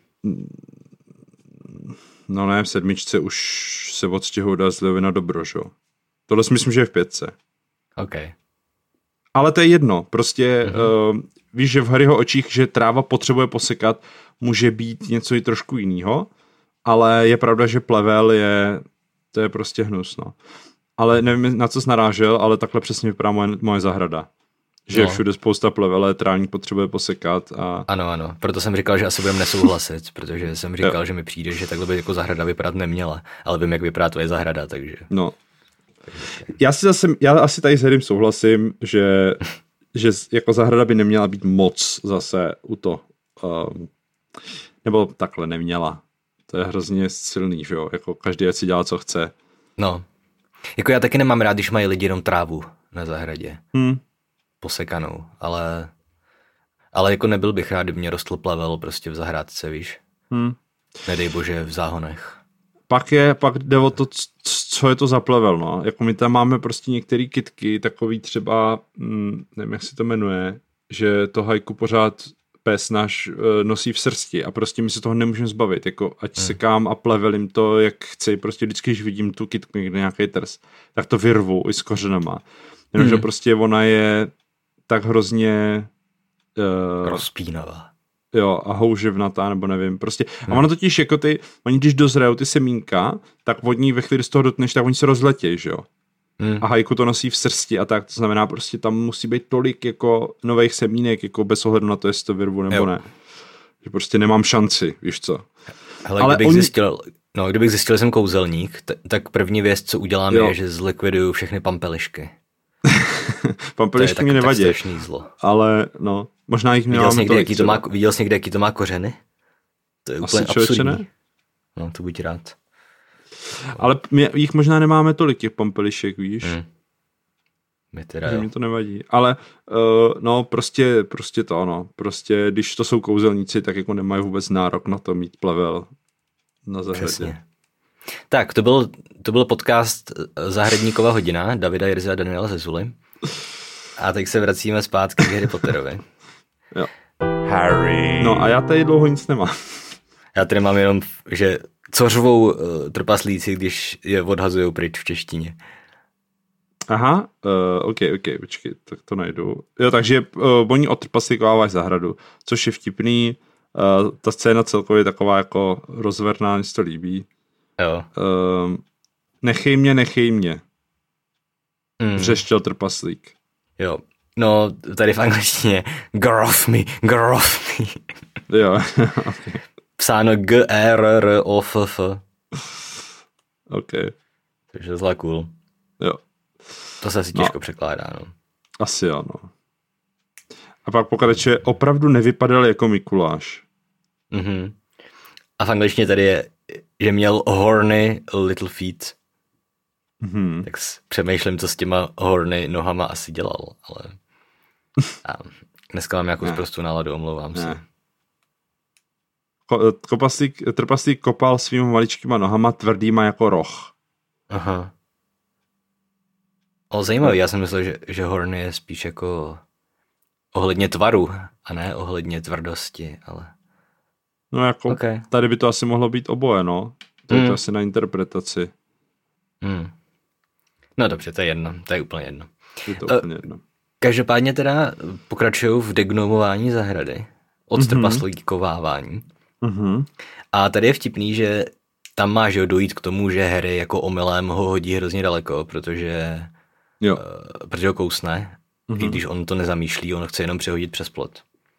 No ne, v 7 už se odstěhují Dursleyovi na dobro, že jo. Tohle si myslím, že je v 5. OK. Ale to je jedno, prostě víš, že v Harryho očích, že tráva potřebuje posekat, může být něco i trošku jinýho, ale je pravda, že plevel to je prostě hnus, no. Ale nevím, na co jsi narážel, ale takhle přesně vypadá moje zahrada. Že je všude spousta plevele, trávník potřebuje posekat a... Ano, proto jsem říkal, že asi budeme nesouhlasit, protože jsem říkal, že mi přijde, že takhle by jako zahrada vypadat neměla, ale vím, jak vypadá tvoje zahrada, takže... No. Já asi tady s Harrym souhlasím, že jako zahrada by neměla být moc zase u to. Nebo takhle neměla. To je hrozně silný, že jo? Jako každý si dělá, co chce. No. Jako já taky nemám rád, když mají lidi jenom trávu na zahradě. Posekanou, ale jako nebyl bych rád, kdyby mě rostl plevel prostě v zahrádce, víš. Nedej bože v záhonech. Pak jde o to, co je to za plevel, no. Jako my tam máme prostě některé kytky, takový třeba, nevím, jak se to jmenuje, že to hajku pořád pes náš nosí v srsti a prostě my se toho nemůžeme zbavit, jako ať sekám a plevelím to, jak chci, prostě vždycky, když vidím tu kytku někde nějaký trs, tak to vyrvu i s kořenama. Jenomže prostě ona je tak hrozně rozpínavá. Jo, a houževnatá, nebo nevím, prostě. A ono totiž jako oni když dozrajou ty semínka, tak vodní ve chvíli z toho dotkneš, tak oni se rozletějí, že jo. A hajku to nosí v srsti a tak, to znamená prostě tam musí být tolik jako nových semínek, jako bez ohledu na to, jestli to vyrvu nebo ne. Že prostě nemám šanci, víš co. Hele, ale kdybych zjistil, že jsem kouzelník, tak první věc, co udělám, je, že zlikviduju všechny pampelišky. Pampelišky mi nevadí. To je strašný zlo. Ale no, možná jich nemáme tolik. Viděl jsi někde, jaký to má kořeny? To je úplně absurdní. Ne? No, to buď rád. Ale my jich možná nemáme tolik, těch pampelišek, víš? Mi teda že mi to nevadí. Ale no, prostě to, no. Prostě, když to jsou kouzelníci, tak jako nemají vůbec nárok na to mít plevel na zahradě. Přesně. Tak, to byl podcast Zahradníkova hodina, Davida Jirzy a Daniela Zezuly. A teď se vracíme zpátky k Harry Potterovi. Jo. Harry. No a já tady dlouho nic nemám. Já tady mám jenom, že co řvou trpaslíci, když je odhazujou pryč v češtině. Aha, ok, počkej, tak to najdu. Jo, takže oni odtrpaslíkovávají zahradu, což je vtipný. Ta scéna celkově je taková jako rozverná, mě to líbí. Jo. Nechej mě. Vřeštěl trpaslík. Jo. No, tady v angličtině get off me. Jo, okay. Psáno G-R-R-O-F-F. Ok. Takže to je zlá cool. Jo. To se asi těžko překládá, no. Asi jo, no. A pak pokračuje, opravdu nevypadal jako Mikuláš. A v angličtině tady je, že měl horny little feet. Tak přemýšlím, co s těma horny nohama asi dělal, ale dneska mám nějakou zprostou náladu, omlouvám se. Trpaslík kopal svýma maličkýma nohama tvrdýma jako roh. Aha. Ale zajímavý, já jsem myslel, že horny je spíš jako ohledně tvaru a ne ohledně tvrdosti, ale... No jako, tady by to asi mohlo být oboje, no. To je to asi na interpretaci. No dobře, to je jedno, to je úplně jedno. Je to úplně jedno. Každopádně teda pokračují v degnomování zahrady, odtrpaslíkovávání. A tady je vtipný, že tam má dojít k tomu, že Harry jako omylem ho hodí hrozně daleko, protože Jo. Protože ho kousne, i když on to nezamýšlí, on chce jenom přehodit přes plot.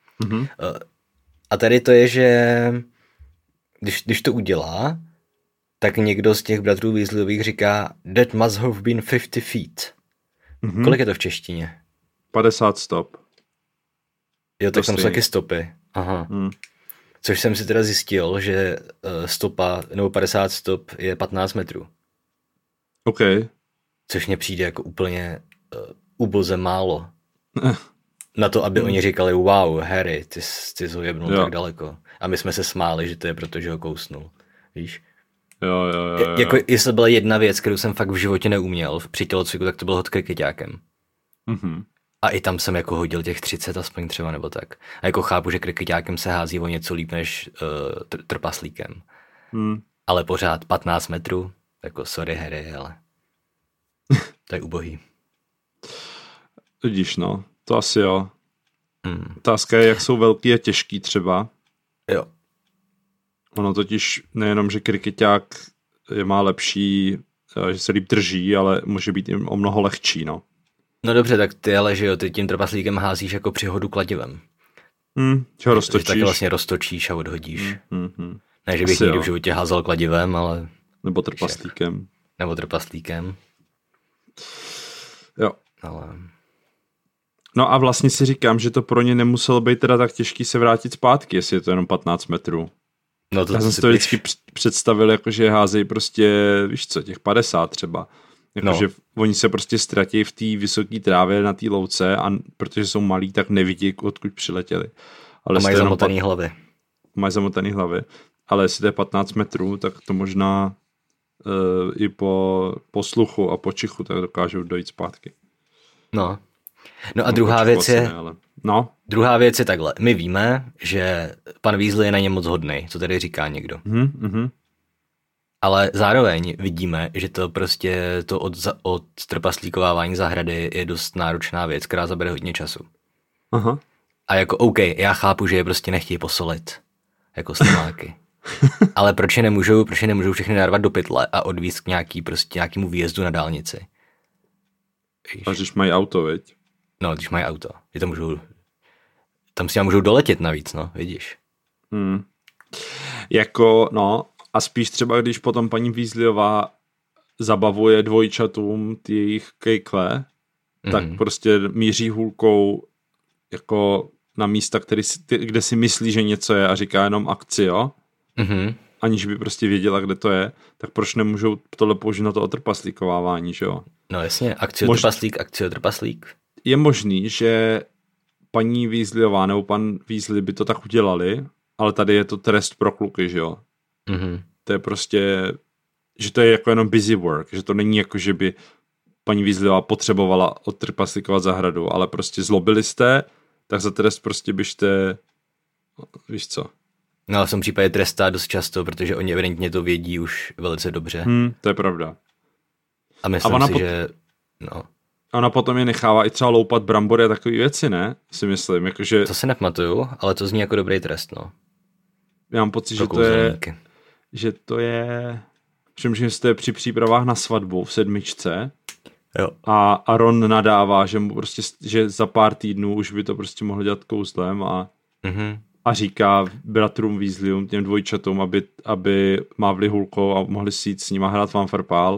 A tady to je, že když to udělá, tak někdo z těch bratrů Weasleyových říká that must have been 50 feet. Kolik je to v češtině? 50 stop. Jo, tak tam jsou taky stopy. Aha. Což jsem si teda zjistil, že stopa, nebo 50 stop je 15 metrů. OK. Což mně přijde jako úplně uboze málo. Na to, aby oni říkali, wow, Harry, ty jsi ho jebnul tak daleko. A my jsme se smáli, že to je proto, že ho kousnul. Víš? Jo. Jako jestli byla jedna věc, kterou jsem fakt v životě neuměl při tělocviku, tak to byl hod krikeťákem. A i tam jsem jako hodil těch 30 aspoň třeba nebo tak. A jako chápu, že krikeťákem se hází o něco líp než trpaslíkem. Ale pořád 15 metrů, jako sorry Harry, ale to je ubohý. Vidíš, no, to asi jo. Otázka je, jak jsou velký a těžký třeba. Jo. Ono totiž nejenom, že krikeťák je má lepší, že se líp drží, ale může být i o mnoho lehčí, no. No dobře, tak ty ale, že jo, ty tím trpaslíkem házíš jako přihodu kladivem. Že ho roztočíš. Že taky vlastně roztočíš a odhodíš. Ne, že bych nikdy v životě házel kladivem, ale... Nebo trpaslíkem. Nebo trpaslíkem. Jo. Ale... No a vlastně si říkám, že to pro ně nemuselo být teda tak těžký se vrátit zpátky, jestli je to jenom 15 metrů. No to já jsem si to vždycky představil, jakože házejí prostě, víš co, těch 50 třeba. Jakože oni se prostě ztratí v té vysoké trávě na té louce a protože jsou malí, tak nevidí, odkud přiletěli. Ale a mají zamotaný hlavy. Mají zamotaný hlavy. Ale jestli to je 15 metrů, tak to možná i po sluchu a po čichu tak dokážou dojít zpátky. No a druhá věc je... No. Druhá věc je takhle. My víme, že pan Weasley je na ně moc hodnej, co tady říká někdo. Ale zároveň vidíme, že to prostě to od trpaslíkovávání zahrady je dost náročná věc, která zabere hodně času. Aha. A jako OK, já chápu, že je prostě nechtějí posolit. Jako slomáky. Ale proč je nemůžou všechny narvat do pytle a odvízt k nějakému výjezdu na dálnici? A když mají auto, viď? No, když mají auto. Tam si můžou doletět navíc, no, vidíš. Jako, no, a spíš třeba, když potom paní Weasleyová zabavuje dvojčatům ty jejich kejkle, tak prostě míří hůlkou jako na místa, kde si myslí, že něco je a říká jenom akci, jo? Aniž by prostě věděla, kde to je, tak proč nemůžou tohle použít na to otrpaslíkovávání, že jo? No jasně, akciotrpaslík. Je možný, že paní Weasleyová nebo pan Weasley by to tak udělali, ale tady je to trest pro kluky, že jo? To je prostě, že to je jako jenom busy work, že to není jako, že by paní Weasleyová potřebovala odtrpaslíkovat zahradu, ale prostě zlobili jste, tak za trest prostě běžte, víš co? No a v tom případě trestá dost často, protože oni evidentně to vědí už velice dobře. To je pravda. A myslím si, že... No. Ona potom je nechává i třeba loupat brambory a takové věci, ne? Si myslím, jakože... To si nepamatuju, ale to zní jako dobrý trest, no. Já mám pocit, že to je... Přemýšlím, že to je při přípravách na svatbu v 7. Jo. A Ron nadává, že mu prostě, že za pár týdnů už by to prostě mohl dělat kouzlem a říká bratrům Weasleyům, těm dvojčatům, aby mávli hůlkou a mohli si jít s nima hrát fanfarpál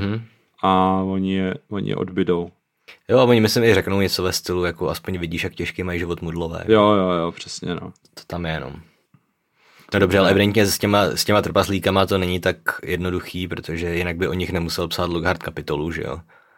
a oni je odbydou. Jo, a oni myslím i řeknou něco ve stylu, jako aspoň vidíš, jak těžký mají život mudlové. Jo, přesně, no. To tam je jenom. No dobře, ale evidentně s těma trpaslíkama to není tak jednoduchý, protože jinak by o nich nemusel psát Lockhart kapitolu, že jo?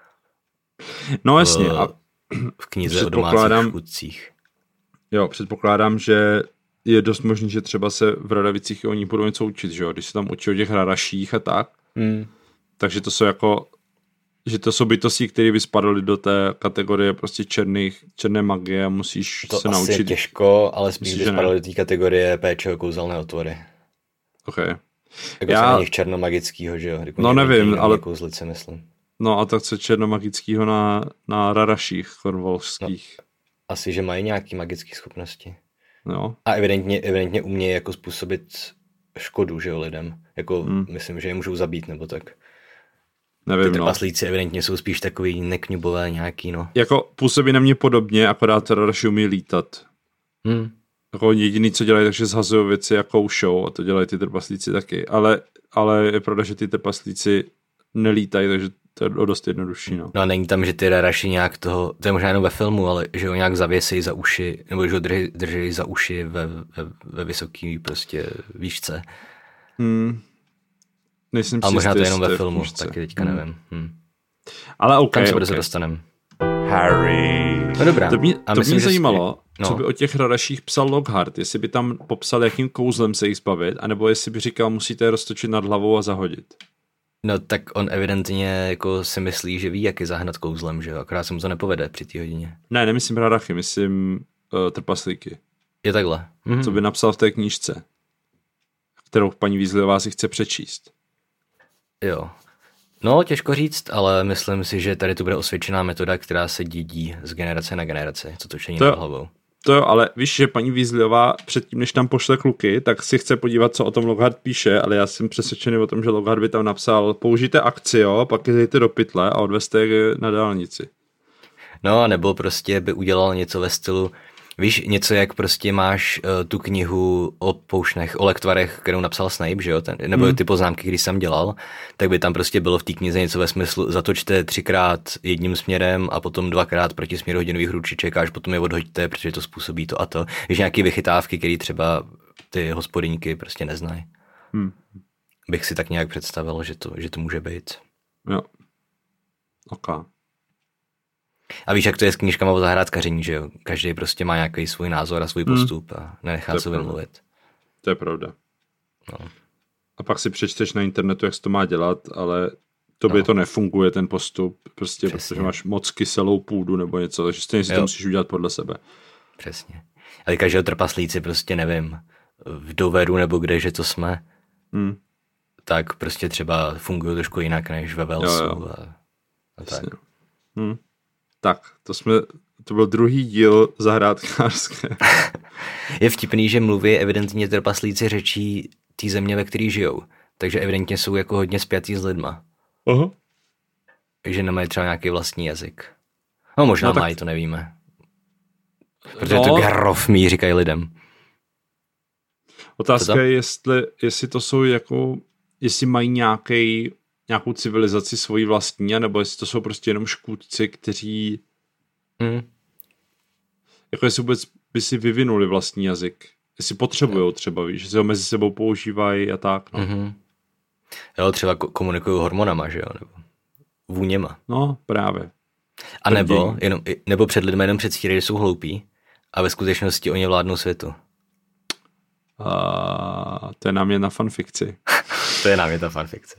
No jasně. V knize o domácích škůdcích. Jo, předpokládám, že je dost možný, že třeba se v Radavicích o nich budou něco učit, že jo? Když se tam učí o těch raraších a tak. Takže to jsou jako, že to jsou bytosti, které by spadaly do té kategorie prostě černé magie a musíš to se naučit. To asi je těžko, ale spíš by spadaly do té kategorie péče o kouzelné otvory. OK. Jako nich černomagickýho, že jo? No nevím, ale... Kouzlice, myslím. No a tak co černomagickýho na raraších kornwallských. No, asi, že mají nějaký magické schopnosti. No. A evidentně umějí jako způsobit škodu, že jo, lidem. Jako myslím, že je můžou zabít nebo tak. Nevím, Ty trpaslíci evidentně jsou spíš takový nekňubové nějaký, no. Jako působí na mě podobně, akorát teda radši umí lítat. Jako jediný, co dělají, takže zhazují věci jako show a to dělají ty trpaslíci taky. Ale je pravda, že ty trpaslíci nelítají, takže to je dost jednodušší, no. No a není tam, že ty radaši nějak toho, to je možná jenom ve filmu, ale že ho nějak zavěsí za uši, nebo že ho drží za uši ve vysoký prostě výšce. Nejsem ale možná to je jenom ve v filmu, knížce. taky teďka nevím. Ale OK, Tam se brzo dostaneme. Harry. No dobrá. To mě myslím, že zajímalo, no. co by o těch radaších psal Lockhart, jestli by tam popsal, jakým kouzlem se jich zbavit, anebo jestli by říkal, musíte je roztočit nad hlavou a zahodit. No tak on evidentně jako si myslí, že ví, jak je zahnat kouzlem, že jo, akorát se mu to nepovede při té hodině. Ne, nemyslím radachy, myslím trpaslíky. Je takhle. Co by napsal v té knížce, kterou paní Weasleyová si chce přečíst. Jo. No, těžko říct, ale myslím si, že tady to bude osvědčená metoda, která se dědí z generace na generaci, co točení nad hlavou. To jo, ale víš, že paní Weasleyová předtím, než tam pošle kluky, tak si chce podívat, co o tom Lockhart píše, ale já jsem přesvědčený o tom, že Lockhart by tam napsal, použijte akci, jo, pak je dejte do pytle a odvezte je na dálnici. No, nebo prostě by udělal něco ve stylu, víš, něco jak prostě máš tu knihu o poušnech, o lektvarech, kterou napsal Snape, že jo, nebo ty poznámky, když jsem dělal, tak by tam prostě bylo v té knize něco ve smyslu, zatočte 3x jedním směrem a potom 2x proti směru hodinových ručiček a až potom je odhoďte, protože to způsobí to a to. Víš, nějaký vychytávky, které třeba ty hospodyňky prostě neznají. Bych si tak nějak představil, že to může být. Jo. Ok. A víš, jak to je s knížkama o zahrádkaření, že jo? Každý prostě má nějaký svůj názor a svůj postup a nenechá se vymluvit. To je pravda. No. A pak si přečteš na internetu, jak se to má dělat, ale tobě to nefunguje, ten postup, prostě protože máš moc kyselou půdu nebo něco, takže stejně si to musíš udělat podle sebe. Přesně. Ale každého trpaslíci prostě nevím, v Doveru nebo kde, že to jsme, tak prostě třeba fungují trošku jinak než ve Walesu a tak. Tak, to byl druhý díl zahrádkářské. Je vtipný, že mluví evidentně trpaslíci řečí té země, ve které žijou. Takže evidentně jsou jako hodně spjatý s lidma. Aha. Takže nemají třeba nějaký vlastní jazyk. No možná mají, to nevíme. Protože to Garrofmí říkají lidem. Otázka je, jestli to jsou jako, jestli mají nějakou civilizaci svoji vlastní, nebo jestli to jsou prostě jenom škůdci, kteří jako jestli vůbec by si vyvinuli vlastní jazyk. Jestli potřebujou třeba, víš, že se ho mezi sebou používají a tak, no. Jo, třeba komunikují hormonama, že jo, nebo vůněma. No, právě. A nebo před lidmi jenom předstírají, že jsou hloupí a ve skutečnosti oni vládnou světu. To je námět na fanfikci. To je námět na fanfikci.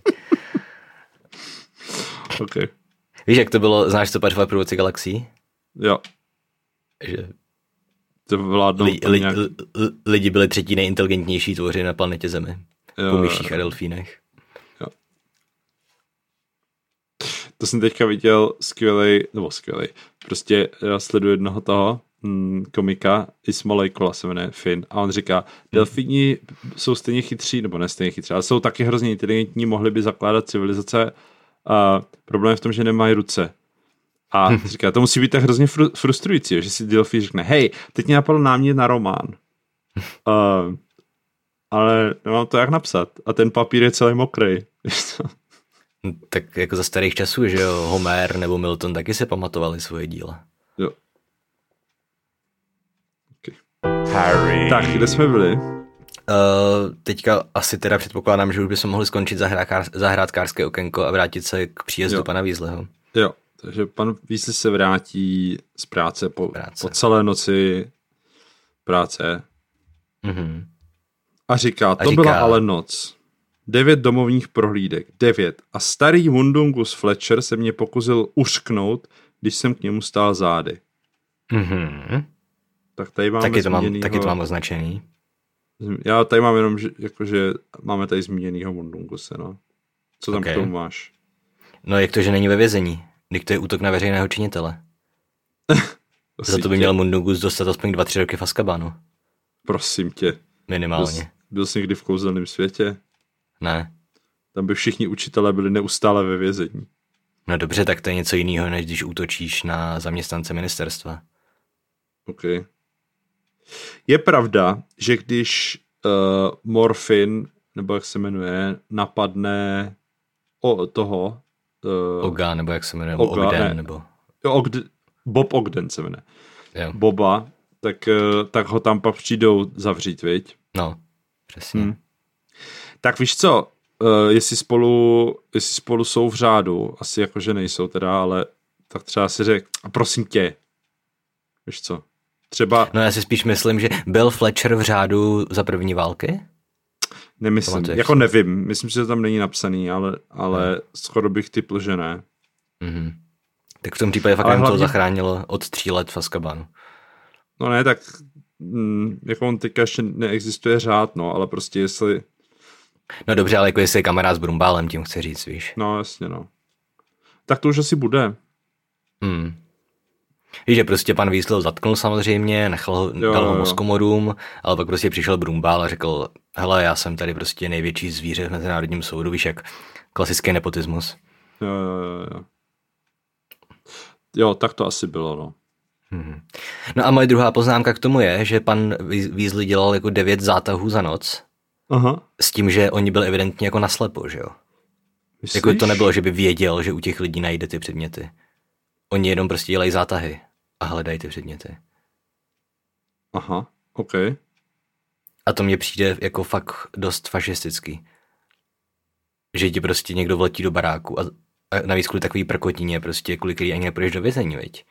Okay. Víš, jak to bylo, znáš to Pařova průvodce galaxií? Jo. Že to vládnou lidi byli třetí nejinteligentnější tvoři na planetě Zemi. Po myších a delfínech. Jo. To jsem teďka viděl skvělej. Prostě já sleduji jednoho toho komika, Isma Kola se jmenuje Finn, a on říká, delfíni jsou stejně chytří, nebo ne stejně chytří, ale jsou taky hrozně inteligentní, mohli by zakládat civilizace. A problém je v tom, že nemají ruce. A říká, to musí být tak hrozně frustrující, že si delfín řekne, hej, teď mě napadl námět na román. Ale nemám to jak napsat. A ten papír je celý mokrý. Tak jako za starých časů, že jo, Homer nebo Milton taky se pamatovali svoje díla. Jo. Okay. Harry. Tak, kde jsme byli? Teďka asi teda předpokládám, že už bychom mohli skončit zahrádkářské okénko a vrátit se k příjezdu pana Weasleyho. Jo, takže pan Weasley se vrátí z práce po celé noci práce. A říká, byla ale noc. 9 domovních prohlídek. 9. A starý Mundungus Fletcher se mě pokusil uřknout, když jsem k němu stál zády. Tak tady máme taky to mám označený. Já tady mám jenom, že máme tady zmíněnýho Mundunguse, no. Co tam k tomu máš? No jak to, že není ve vězení? Když to je útok na veřejného činitele. Za to by měl Mundungus dostat aspoň 2-3 roky v Azkabanu. Prosím tě. Minimálně. Byl jsi někdy v kouzelném světě? Ne. Tam by všichni učitelé byli neustále ve vězení. No dobře, tak to je něco jiného, než když útočíš na zaměstnance ministerstva. OK. Je pravda, že když Morfin, nebo jak se jmenuje, napadne toho... Oga, nebo jak se jmenuje, Ogden, nebo... Bob Ogden se jmenuje. Jo. Boba, tak ho tam pak přijdou zavřít, viď? No, přesně. Tak víš co, jestli spolu jsou v řádu, asi jakože nejsou teda, ale tak třeba si řek, a prosím tě, víš co, třeba... No já si spíš myslím, že byl Fletcher v řádu za první války? Nemyslím, jako nevím, myslím, že to tam není napsaný, ale skoro bych typl, že ne. Mm-hmm. Tak v tom případě fakt hlavně... to zachránilo od 3 let v Azkabanu. No ne, tak jako on teďka ještě neexistuje řád, no, ale prostě jestli... No dobře, ale jako jestli je kamarád s Brumbálem, tím chci říct, víš. No jasně, no. Tak to už asi bude. Víš, že prostě pan Weasley zatknul samozřejmě, dal ho mozkomorům, ale pak prostě přišel Brumbál a řekl, hele, já jsem tady prostě největší zvíře v mezinárodním soudu, víš, jak klasický nepotismus. Jo, tak to asi bylo, no. No a moje druhá poznámka k tomu je, že pan Weasley dělal jako 9 zátahů za noc. Aha. S tím, že oni byli evidentně jako naslepo, že jo? Myslíš? Jako to nebylo, že by věděl, že u těch lidí najde ty předměty. Oni jenom prostě dělají zátahy a hledají ty předměty. Aha, OK. A to mně přijde jako fakt dost fašistický. Že ti prostě někdo vletí do baráku a navíc kvůli takový prkotině, prostě kvůli který ani nepůjdeš do vězení, veď?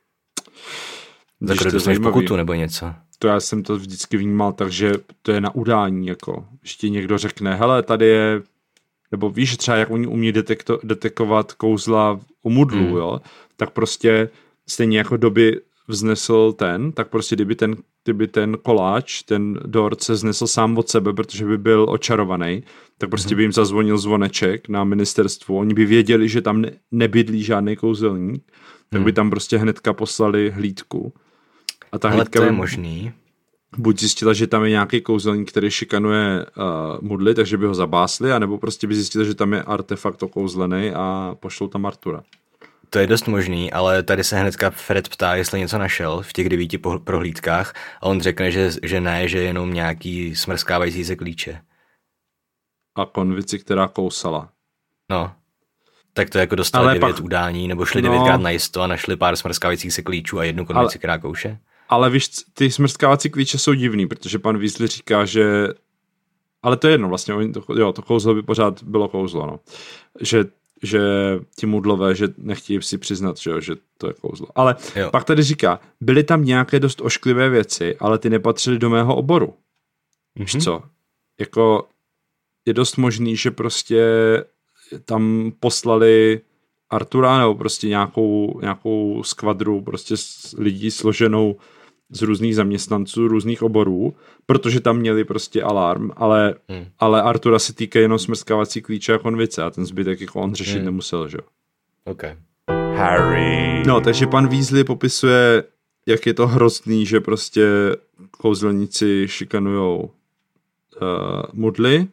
Zakon dostaneš pokutu nebo něco. To já jsem to vždycky vnímal, takže to je na udání, jako, že ti někdo řekne, hele, tady je, nebo víš třeba, jak oni umí detekovat kouzla u mudlu, jo, tak prostě stejně jako doby vznesl tak prostě kdyby ten koláč, ten dort se znesl sám od sebe, protože by byl očarovaný, tak prostě by jim zazvonil zvoneček na ministerstvu, oni by věděli, že tam nebydlí žádný kouzelník, tak by tam prostě hnedka poslali hlídku. A ta hlídka to je možný. Buď zjistila, že tam je nějaký kouzelník, který šikanuje mudly, takže by ho zabásli, anebo prostě by zjistila, že tam je artefakt okouzlený a pošlou tam Artura. To je dost možný, ale tady se hnedka Fred ptá, jestli něco našel v těch 9 prohlídkách a on řekne, že ne, že jenom nějaký smrskávající se klíče. A konvici, která kousala. No. Tak to jako dostali 9 udání, nebo šli 9krát na jisto a našli pár smrskávajících se klíčů a jednu konvici, která kouše. Ale víš, ty smrskávací klíče jsou divný, protože pan Weasley říká, že... Ale to je jedno vlastně, to kouzlo by pořád bylo kouzlo, no. Že ti mudlové, že nechtějí si přiznat, že to je kouzlo. Ale pak tady říká, byly tam nějaké dost ošklivé věci, ale ty nepatřily do mého oboru. Víš co? Jako je dost možný, že prostě tam poslali Artura nebo prostě nějakou skvadru prostě lidí složenou z různých zaměstnanců, různých oborů, protože tam měli prostě alarm, ale Artura se týká jenom smrskávací klíče a konvice a ten zbytek jako on řešit nemusel, že jo. Okay. Harry. No, takže pan Weasley popisuje, jak je to hrozný, že prostě kouzelníci šikanujou mudly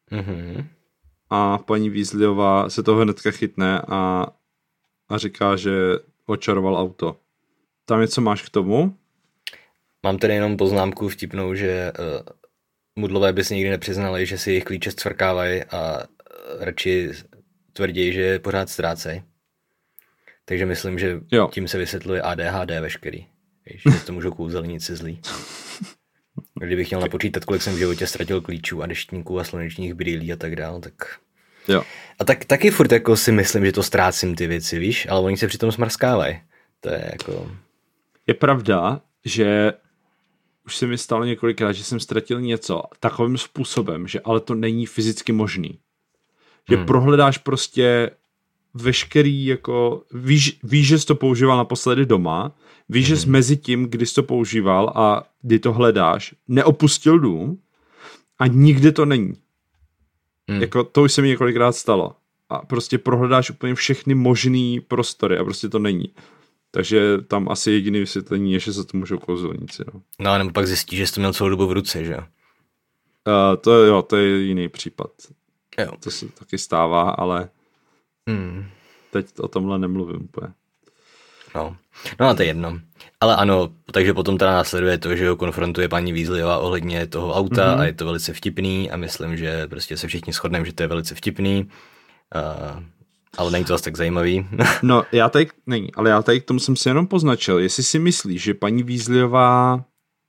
a paní Weasleyová se toho hnedka chytne a říká, že očaroval auto. Tam něco máš k tomu? Mám tady jenom poznámku vtipnou, že mudlové by si nikdy nepřiznali, že si jejich klíče zcvrkávají a radši tvrdí, že pořád ztrácejí. Takže myslím, že tím se vysvětluje ADHD veškerý. Víš, že to můžou kouzelníci zlí. Kdybych měl napočítat, kolik jsem v životě ztratil klíčů a deštníků a slunečních brýlí a tak dál, tak... Jo. A taky furt jako si myslím, že to ztrácím ty věci, víš, ale oni se přitom smrskávají. To je jako... Je pravda, že už se mi stalo několikrát, že jsem ztratil něco takovým způsobem, že ale to není fyzicky možný. Že prohledáš prostě veškerý, jako víš, že jsi to používal naposledy doma, víš, že jsi mezi tím, kdy jsi to používal a kdy to hledáš, neopustil dům a nikde to není. Jako to už se mi několikrát stalo. A prostě prohledáš úplně všechny možný prostory a prostě to není. Takže tam asi jediný vysvětlení je, že se to můžou kouzelníci. No, nebo pak zjistíš, že jsi to měl celou dobu v ruce, že jo? To je jiný případ. Jo. To se taky stává, ale... teď o tomhle nemluvím úplně. No a to je jedno. Ale ano, takže potom teda následuje to, že ho konfrontuje paní Weasleyová ohledně toho auta a je to velice vtipný a myslím, že prostě se všichni shodneme, že to je velice vtipný. Ale není to zase tak zajímavý. No, já tady k tomu jsem si jenom poznačil, jestli si myslíš, že paní Weasleyová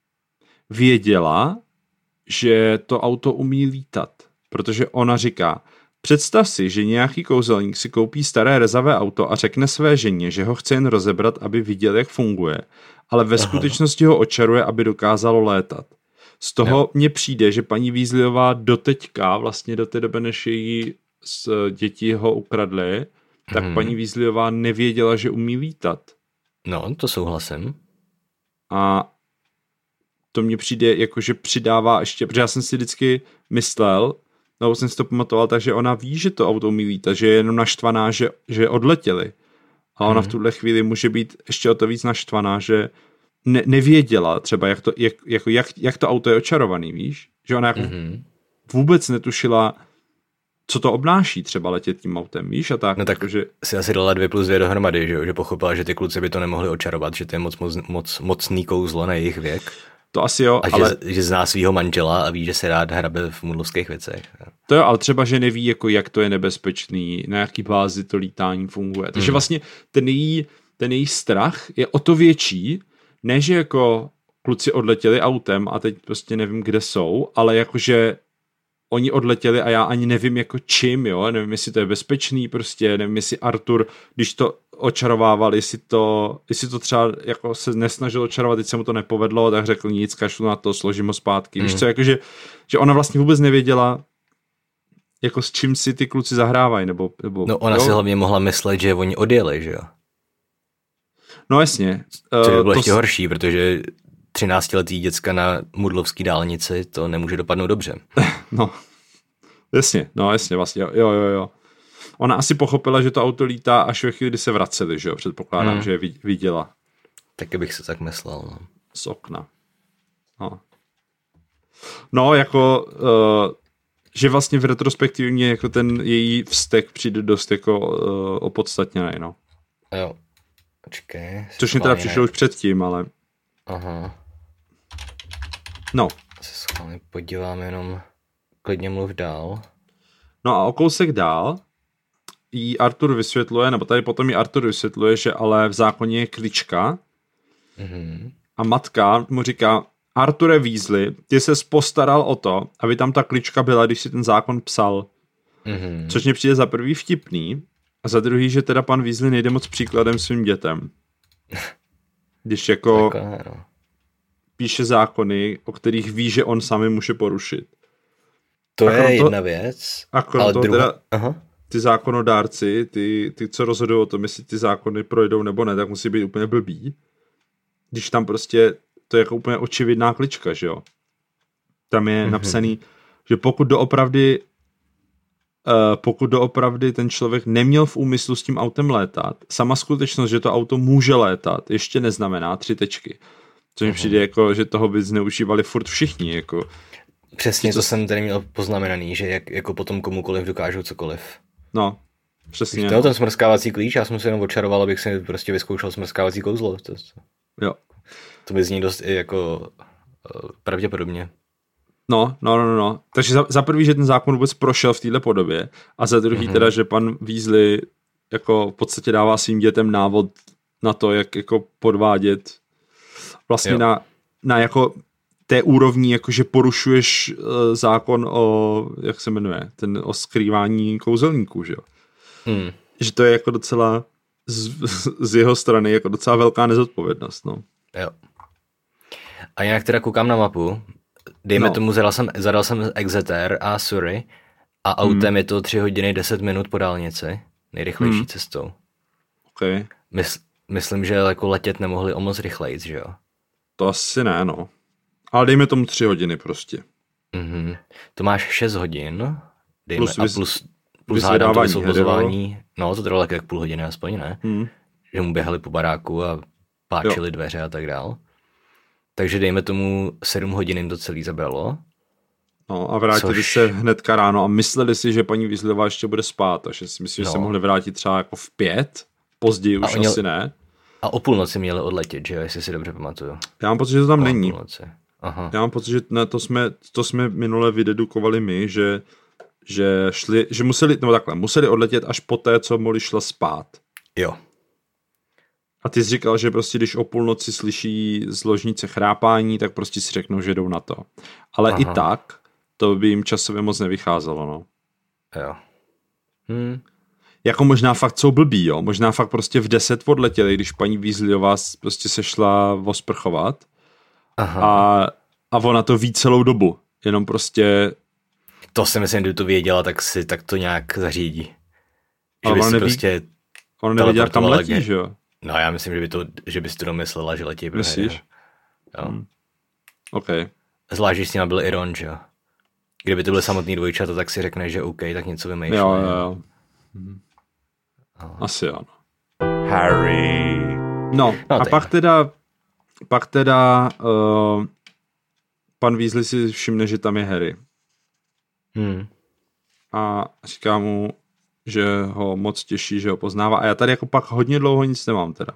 věděla, že to auto umí lítat, protože ona říká, představ si, že nějaký kouzelník si koupí staré rezavé auto a řekne své ženě, že ho chce jen rozebrat, aby viděl, jak funguje, ale ve skutečnosti ho očaruje, aby dokázalo létat. Z toho mně přijde, že paní Weasleyová doteďka, vlastně do té doby, než její děti ho ukradly, tak paní Weasleyová nevěděla, že umí lítat. No, to souhlasím. A to mně přijde, jakože přidává ještě, protože já jsem si vždycky myslel, no jsem si to pamatoval, takže ona ví, že to auto umí lítat, že je jenom naštvaná, že odletěli. A ona v tuhle chvíli může být ještě o to víc naštvaná, že nevěděla třeba, jak to auto je očarovaný, víš? Že ona jako vůbec netušila, co to obnáší třeba letět tím autem, víš? A tak, no tak že si asi dala 2 + 2 dohromady, že pochopila, že ty kluci by to nemohli očarovat, že to je moc mocný kouzlo na jejich věk. To asi jo, a ale že zná svýho manžela a ví, že se rád hrabe v mudlovských věcech. To jo, ale třeba, že neví, jako jak to je nebezpečný, na jaký bázi to lítání funguje. Takže vlastně ten její strach je o to větší, ne, že jako kluci odletěli autem a teď prostě nevím, kde jsou, ale jakože oni odletěli a já ani nevím jako čím, jo, nevím, jestli to je bezpečný, prostě nevím, jestli Arthur, když to očarovával, jestli to třeba jako se nesnažil očarovat, teď se mu to nepovedlo, tak řekl nic, kašlu na to, složím ho zpátky. Víš co, jakože, že ona vlastně vůbec nevěděla, jako s čím si ty kluci zahrávají, nebo no ona si hlavně mohla myslet, že oni odjeli, že jo? No jasně. To by bylo ještě horší, protože 13letý děcka na mudlovský dálnici, to nemůže dopadnout dobře. No jasně, vlastně, jo. Ona asi pochopila, že to auto lítá až ve chvíli, kdy se vraceli, že jo, předpokládám, že je viděla. Taky bych se tak myslel, no. Z okna. No, jako, že vlastně v retrospektivně jako ten její vztek přijde dost jako opodstatněný, no. Jo, počkej. Což mě teda přišlo už předtím, ale... Aha. No. Se schválně podívám, jenom klidně mluv dál. No a o kousek dál jí Arthur vysvětluje, nebo tady potom jí Arthur vysvětluje, že ale v zákoně je klička a matka mu říká, Arture Weasley, ty ses postaral o to, aby tam ta klička byla, když si ten zákon psal. Což mě přijde za prvý vtipný a za druhý, že teda pan Weasley nejde moc příkladem svým dětem. Když jako takhle, no. Píše zákony, o kterých ví, že on sami může porušit. To je jedna věc. Ale druhá... Teda, ty zákonodárci, ty, co rozhodují o tom, jestli ty zákony projdou nebo ne, tak musí být úplně blbý. Když tam prostě, to je jako úplně očividná klička, že jo. Tam je napsaný, že pokud doopravdy ten člověk neměl v úmyslu s tím autem létat, sama skutečnost, že to auto může létat, ještě neznamená 3 tečky. Což mi přijde jako, že toho by zneužívali furt všichni, jako. Přesně, to jsem tady měl poznamenaný, že jako potom komukoliv dokážou cokoliv. No, přesně. To ten smrskávací klíč, já jsem si jenom očaroval, abych si prostě vyzkoušel smrskávací kouzlo. Jo. To by zní dost i jako pravděpodobně. No. Takže za prvý, že ten zákon vůbec prošel v téhle podobě a za druhý teda, že pan Weasley jako v podstatě dává svým dětem návod na to, jak jako podvádět vlastně na jako té úrovni, jakože porušuješ zákon o, jak se jmenuje, ten o skrývání kouzelníků, že jo. Že to je jako docela z jeho strany jako docela velká nezodpovědnost, no. Jo. A jinak teda koukám na mapu, dejme tomu, zadal jsem Exeter a Surrey a autem je to 3 hodiny 10 minut po dálnici, nejrychlejší cestou. Okay. Myslím, že jako letět nemohli o moc rychlejc, že jo? To asi ne, no. Ale dejme tomu 3 hodiny prostě. To máš 6 hodin, dejme, plus hádám to vysvobozování. No, to trvalo tak půl hodiny aspoň, ne? Že mu běhali po baráku a páčili dveře a tak dál. Takže dejme tomu 7 hodin jim to celý zabralo. No a vrátili se hnedka ráno a mysleli si, že paní Weasleyová ještě bude spát, takže si myslím, že se mohli vrátit třeba jako v 5, později už asi ne. A o půlnoci měli odletět, že jo, jestli si dobře pamatuju. Já mám pocit, že to tam není. Aha. Já mám pocit, že ne, to jsme minule vydedukovali my, že museli odletět až poté, co Molly šla spát. Jo. A ty jsi říkal, že prostě když o půlnoci slyší z ložnice chrápání, tak prostě si řeknou, že jdou na to. Ale i tak, to by jim časově moc nevycházelo, no. Jo. Jako možná fakt jsou blbý, jo. Možná fakt prostě v 10 odletěli, když paní Weasleyová prostě se šla osprchovat. A ona to ví celou dobu. Jenom prostě... To si myslím, kdyby to věděla, tak to nějak zařídí. Že by si prostě... Ona nevěděla, kam letí, že jo? No já myslím, že bys to domyslela, že letí. Myslíš? Jo. OK. Zvlášť, že s nima byl i Ron, že jo? Kdyby to byly samotný dvojčata, tak si řekneš, že OK, tak něco vymýšlí. Jo. Asi ano. Harry. No a pak teda pan Weasley si všimne, že tam je Harry. A říká mu, že ho moc těší, že ho poznává. A já tady jako pak hodně dlouho nic nemám teda.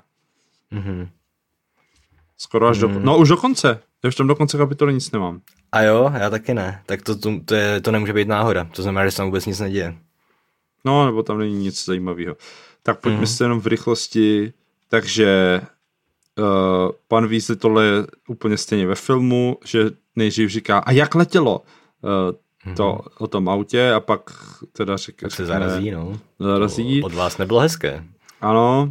Skoro až no už do konce. Já už tam do konce kapitoly nic nemám. A jo, já taky ne. Tak to nemůže být náhoda. To znamená, že se tam vůbec nic neděje. No, nebo tam není nic zajímavého. Tak pojďme se jenom v rychlosti. Takže pan Weasley tohle je úplně stejně ve filmu, že nejdřív říká, a jak letělo to o tom autě a pak teda řekne... Tak se zarazí, no. Zarazí. Od vás nebylo hezké. Ano.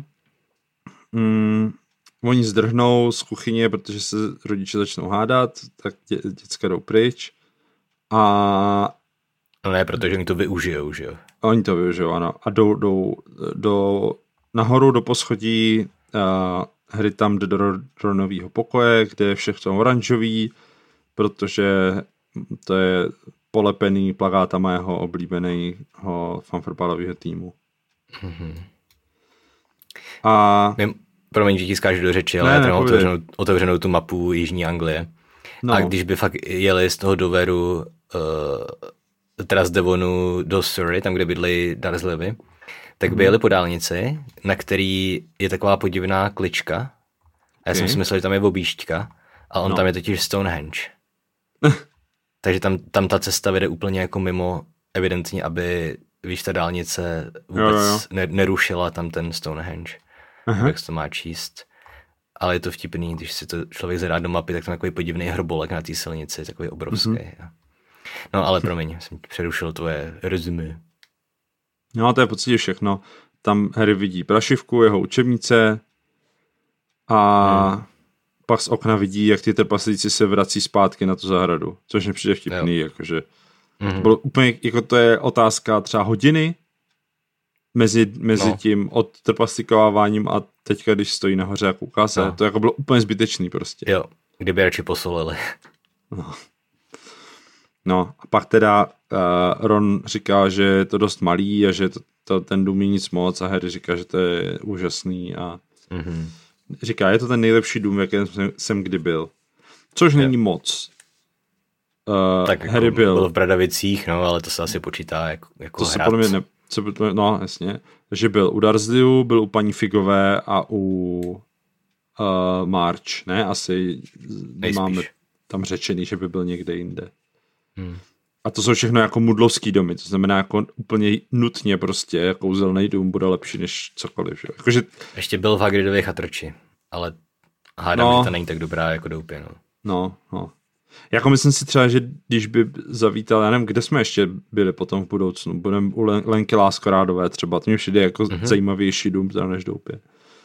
Oni zdrhnou z kuchyně, protože se rodiče začnou hádat, tak děcka jdou pryč. A... No ne, protože oni to využijou, že jo? Oni to využijou, ano. A jdou nahoru do poschodí, Harry tam jde do nového pokoje, kde je všechno oranžový, protože to je polepený plakátama jeho oblíbeného fanfarbálového týmu. A... Promiň, že ti skážu do řeči, ale já tam otevřenou tu mapu Jižní Anglie. No. A když by fakt jeli z toho Doveru, teda z Devonu do Surrey, tam, kde bydlejí Dursleyovi, tak by jeli po dálnici, na který je taková podivná klička. A já jsem si myslel, že tam je objížďka, a on tam je totiž Stonehenge. Takže tam ta cesta vede úplně jako mimo, evidentně, aby, víš, ta dálnice vůbec nerušila tam ten Stonehenge. Jak se to má číst. Ale je to vtipný, když si to člověk zadá do mapy, tak tam takový podivný hrobolek na té silnici, takový obrovský. No ale promiň, jsem přerušil tvoje rezumé. No to je v podstatě všechno. Tam Harry vidí prašivku, jeho učebnice a pak z okna vidí, jak ty trpaslíci se vrací zpátky na tu zahradu, což mi přijde vtipný, jakože bylo úplně, jako to je otázka třeba hodiny mezi tím odtrpaslíkováváním a teďka, když stojí nahoře a kouká se, to jako bylo úplně zbytečný prostě. Jo, kdyby radši posolili. No a pak teda Ron říká, že je to dost malý a že ten dům je nic moc a Harry říká, že to je úžasný a říká, je to ten nejlepší dům, jaký jsem kdy byl. Což není moc. Tak Harry jako byl v Bradavicích, no, ale to se asi počítá jako to hrad. Se podle mě no, jasně. Takže byl u Dursleyů, byl u paní Figové a u March, ne? Asi máme tam řečený, že by byl někde jinde. A to jsou všechno jako mudlovský domy, to znamená jako úplně nutně prostě kouzelný dům bude lepší než cokoliv. Že? Jakože... Ještě byl v Hagridově chatrči, ale hádám, že to není tak dobrá jako doupě. No. Jako myslím si třeba, že když by zavítal, já nevím, kde jsme ještě byli potom v budoucnu, budeme u Lenky Láskorádové třeba, to mi přijde jako zajímavější dům teda než doupě.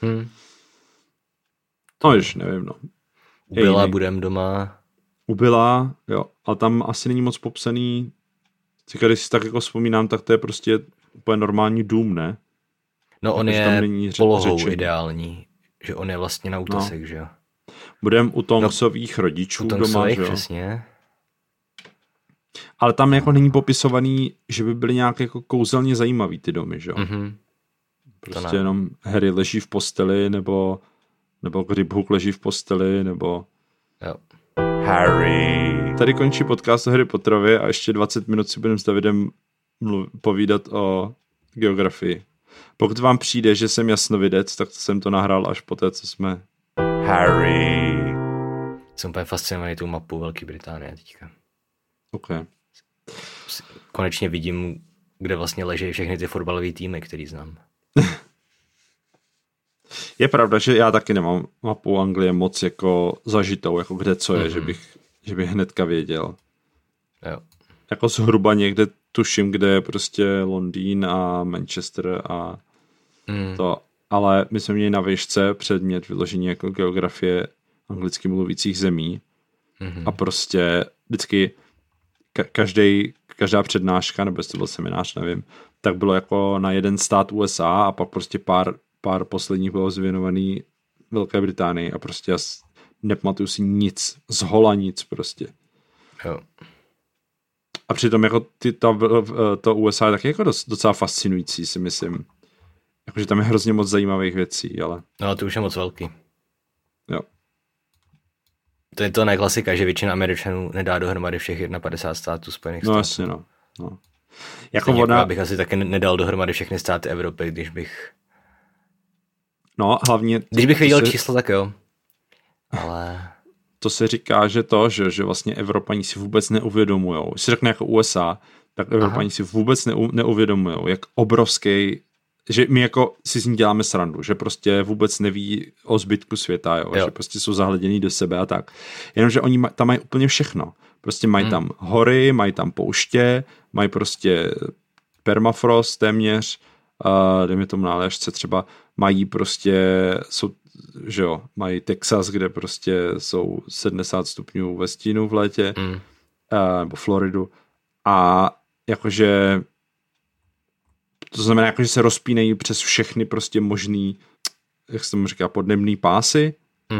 No, už nevím, no. Ubyla, budem doma. Ubyla, jo, ale tam asi není moc popsaný, když si tak jako vzpomínám, tak to je prostě úplně normální dům, ne? No on je polohou ideální, že on je vlastně na útesek, že jo? Budem u Tonksových rodičů doma, že jo? Přesně. Ale tam jako není popisovaný, že by byly nějak jako kouzelně zajímavý ty domy, že jo? Prostě jenom Harry leží v posteli, nebo Griphook leží v posteli, nebo... Jo. Harry. Tady končí podcast o Harry Potterovi a ještě 20 minut si budeme s Davidem povídat o geografii. Pokud vám přijde, že jsem jasnovidec, tak jsem to nahrál až poté, co jsme... Harry. Jsem úplně fascinovaný tou mapou Velké Británie teďka. OK. Konečně vidím, kde vlastně leží všechny ty fotbalové týmy, který znám. Je pravda, že já taky nemám mapu Anglie moc jako zažitou, jako kde co je, že bych hnedka věděl. Jo. Jako zhruba někde tuším, kde je prostě Londýn a Manchester a to. Ale my jsme měli na výšce předmět vyložení jako geografie anglicky mluvících zemí a prostě vždycky každá přednáška, nebo jestli to byl seminář, nevím, tak bylo jako na jeden stát USA a pak prostě pár posledních bylo zvěnovaný Velké Británii a prostě já nepamatuju si nic, zhola nic prostě. Jo. A přitom jako to USA je taky jako docela fascinující, si myslím. Jakože tam je hrozně moc zajímavých věcí, ale... No to už je moc velký. Jo. To je to neklasika, že většina Američanů nedá dohromady všech 51 států Spojených států. No jasně, no. Jako já bych asi taky nedal dohromady všechny státy Evropy, když bych... No, hlavně... Když bych věděl číslo, tak jo. Ale... To se říká, že vlastně Evropani si vůbec neuvědomujou. Když se řekne jako USA, tak Evropani si vůbec neuvědomujou, jak obrovský, že my jako si s ní děláme srandu, že prostě vůbec neví o zbytku světa, jo? Že prostě jsou zahleděný do sebe a tak. Jenomže oni tam mají úplně všechno. Prostě mají tam hory, mají tam pouště, mají prostě permafrost téměř, dejme tomu na Aljašce třeba, mají prostě, že jo, mají Texas, kde prostě jsou 70 stupňů ve stínu v létě, nebo Floridu a jakože to znamená, jakože se rozpínají přes všechny prostě možný, jak se tomu říká, podnebný pásy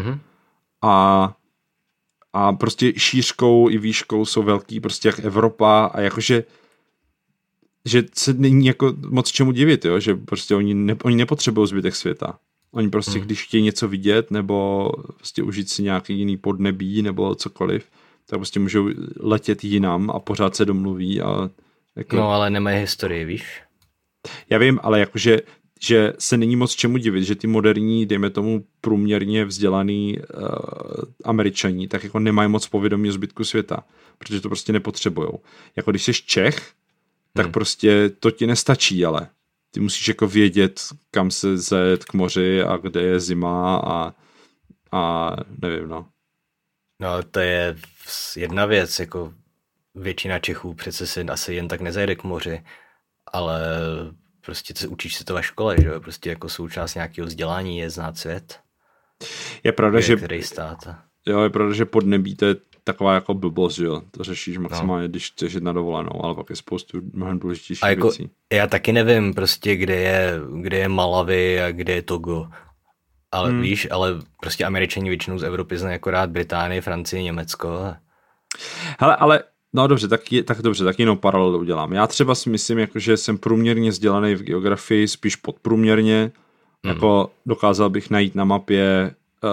a prostě šířkou i výškou jsou velký, prostě jak Evropa a jakože že se není jako moc čemu divit, jo? Že prostě oni nepotřebují zbytek světa. Oni prostě, když chtějí něco vidět nebo prostě užít si nějaký jiný podnebí nebo cokoliv, tak prostě můžou letět jinam a pořád se domluví. A jako... No ale nemají historii, víš? Já vím, ale jakože že se není moc čemu divit, že ty moderní, dejme tomu průměrně vzdělaný Američani, tak jako nemají moc povědomí o zbytku světa, protože to prostě nepotřebujou. Jako když jsi Čech, tak prostě to ti nestačí, ale ty musíš jako vědět, kam se zajet k moři a kde je zima a nevím, no. No to je jedna věc, jako většina Čechů přece si asi jen tak nezajede k moři, ale prostě učíš se to ve škole, že jo, prostě jako součást nějakého vzdělání je znát svět. Je pravda, že... Který stát. Jo, je pravda, že podnebí to je taková jako blbost, jo. To řešíš maximálně, když chceš jít na dovolenou, ale pak je spoustu mnohem důležitějších jako, věcí. Já taky nevím prostě, kde je Malawi a kde je Togo. Ale víš, ale prostě Američani většinou z Evropy znají akorát Británii, Francii, Německo. Hele, ale no dobře, tak jinou paralelu udělám. Já třeba si myslím, jako, že jsem průměrně vzdělaný v geografii, spíš podprůměrně. Jako dokázal bych najít na mapě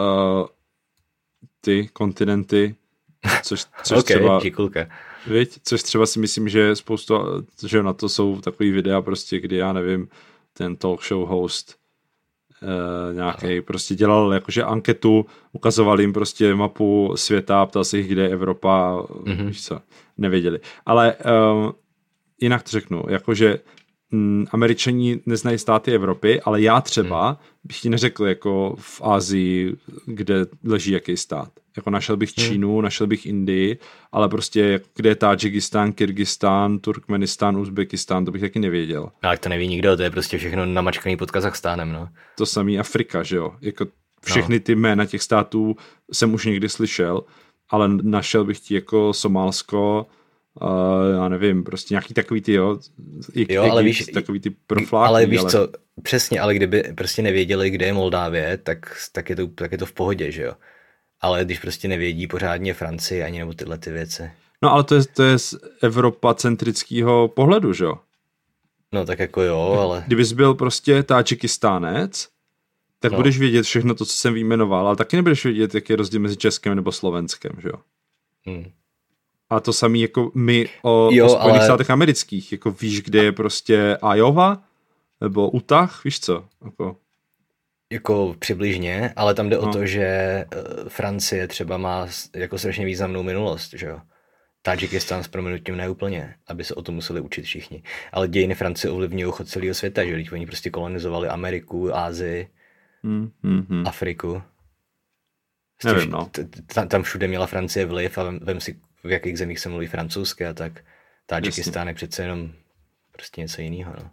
ty kontinenty, což okay, třeba... Viď? Což třeba si myslím, že spoustu, že na to jsou takový videa prostě, kdy já nevím, ten talk show host nějaký prostě dělal jakože anketu, ukazoval jim prostě mapu světa, ptal se jich, kde je Evropa, víš co, nevěděli. Ale jinak to řeknu, jakože Američani neznají státy Evropy, ale já třeba bych ti neřekl jako v Asii, kde leží jaký stát. Jako našel bych Čínu, našel bych Indii, ale prostě kde je Tadžikistán, Kyrgyzstán, Turkmenistán, Uzbekistán, to bych taky nevěděl. Ale to neví nikdo, to je prostě všechno namačkaný pod Kazachstánem, no. To samý Afrika, že jo. Jako všechny ty jména těch států jsem už někdy slyšel, ale našel bych ti jako Somálsko, já nevím, prostě nějaký takový ty, jo, ale víš, takový ty profláky. Ale víš co, přesně, ale kdyby prostě nevěděli, kde je Moldávie, tak je to v pohodě, že jo. Ale když prostě nevědí pořádně Francii ani nebo tyhle ty věci. No ale to je z Evropacentrického pohledu, že jo. No tak jako jo, ale... Kdybys byl prostě Tádžikistánec, tak budeš vědět všechno to, co jsem vyjmenoval, ale taky nebudeš vědět, jaký je rozdíl mezi Českem nebo Slovenskem, že jo. A to samý jako my o Spojených státech amerických. Jako víš, kde je prostě Iowa? Nebo Utah? Víš co? Jako přibližně, ale tam jde o to, že Francie třeba má jako strašně významnou minulost, že jo. Tadžikistán s prominutím ne úplně, aby se o tom museli učit všichni. Ale dějiny Francie ovlivňují chod celého světa, že oni prostě kolonizovali Ameriku, Asii, Afriku. Nevím, no. Tam všude měla Francie vliv a vem si, v jakých zemích se mluví francouzsky a tak. Tadžikistán je přece jenom prostě něco jiného, no.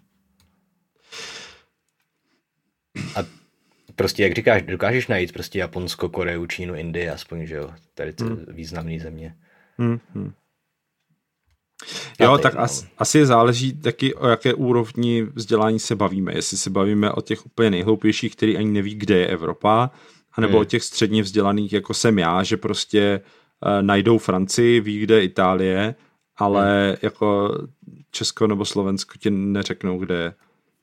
A prostě, jak říkáš, dokážeš najít prostě Japonsko, Koreu, Čínu, Indii, aspoň, že jo, tady ty významné země. Jo, tak asi záleží taky, o jaké úrovni vzdělání se bavíme. Jestli se bavíme o těch úplně nejhloupějších, který ani neví, kde je Evropa, anebo o těch středně vzdělaných, jako jsem já, že prostě najdou Francii, ví, kde je Itálie, ale jako Česko nebo Slovensko ti neřeknou, kde je.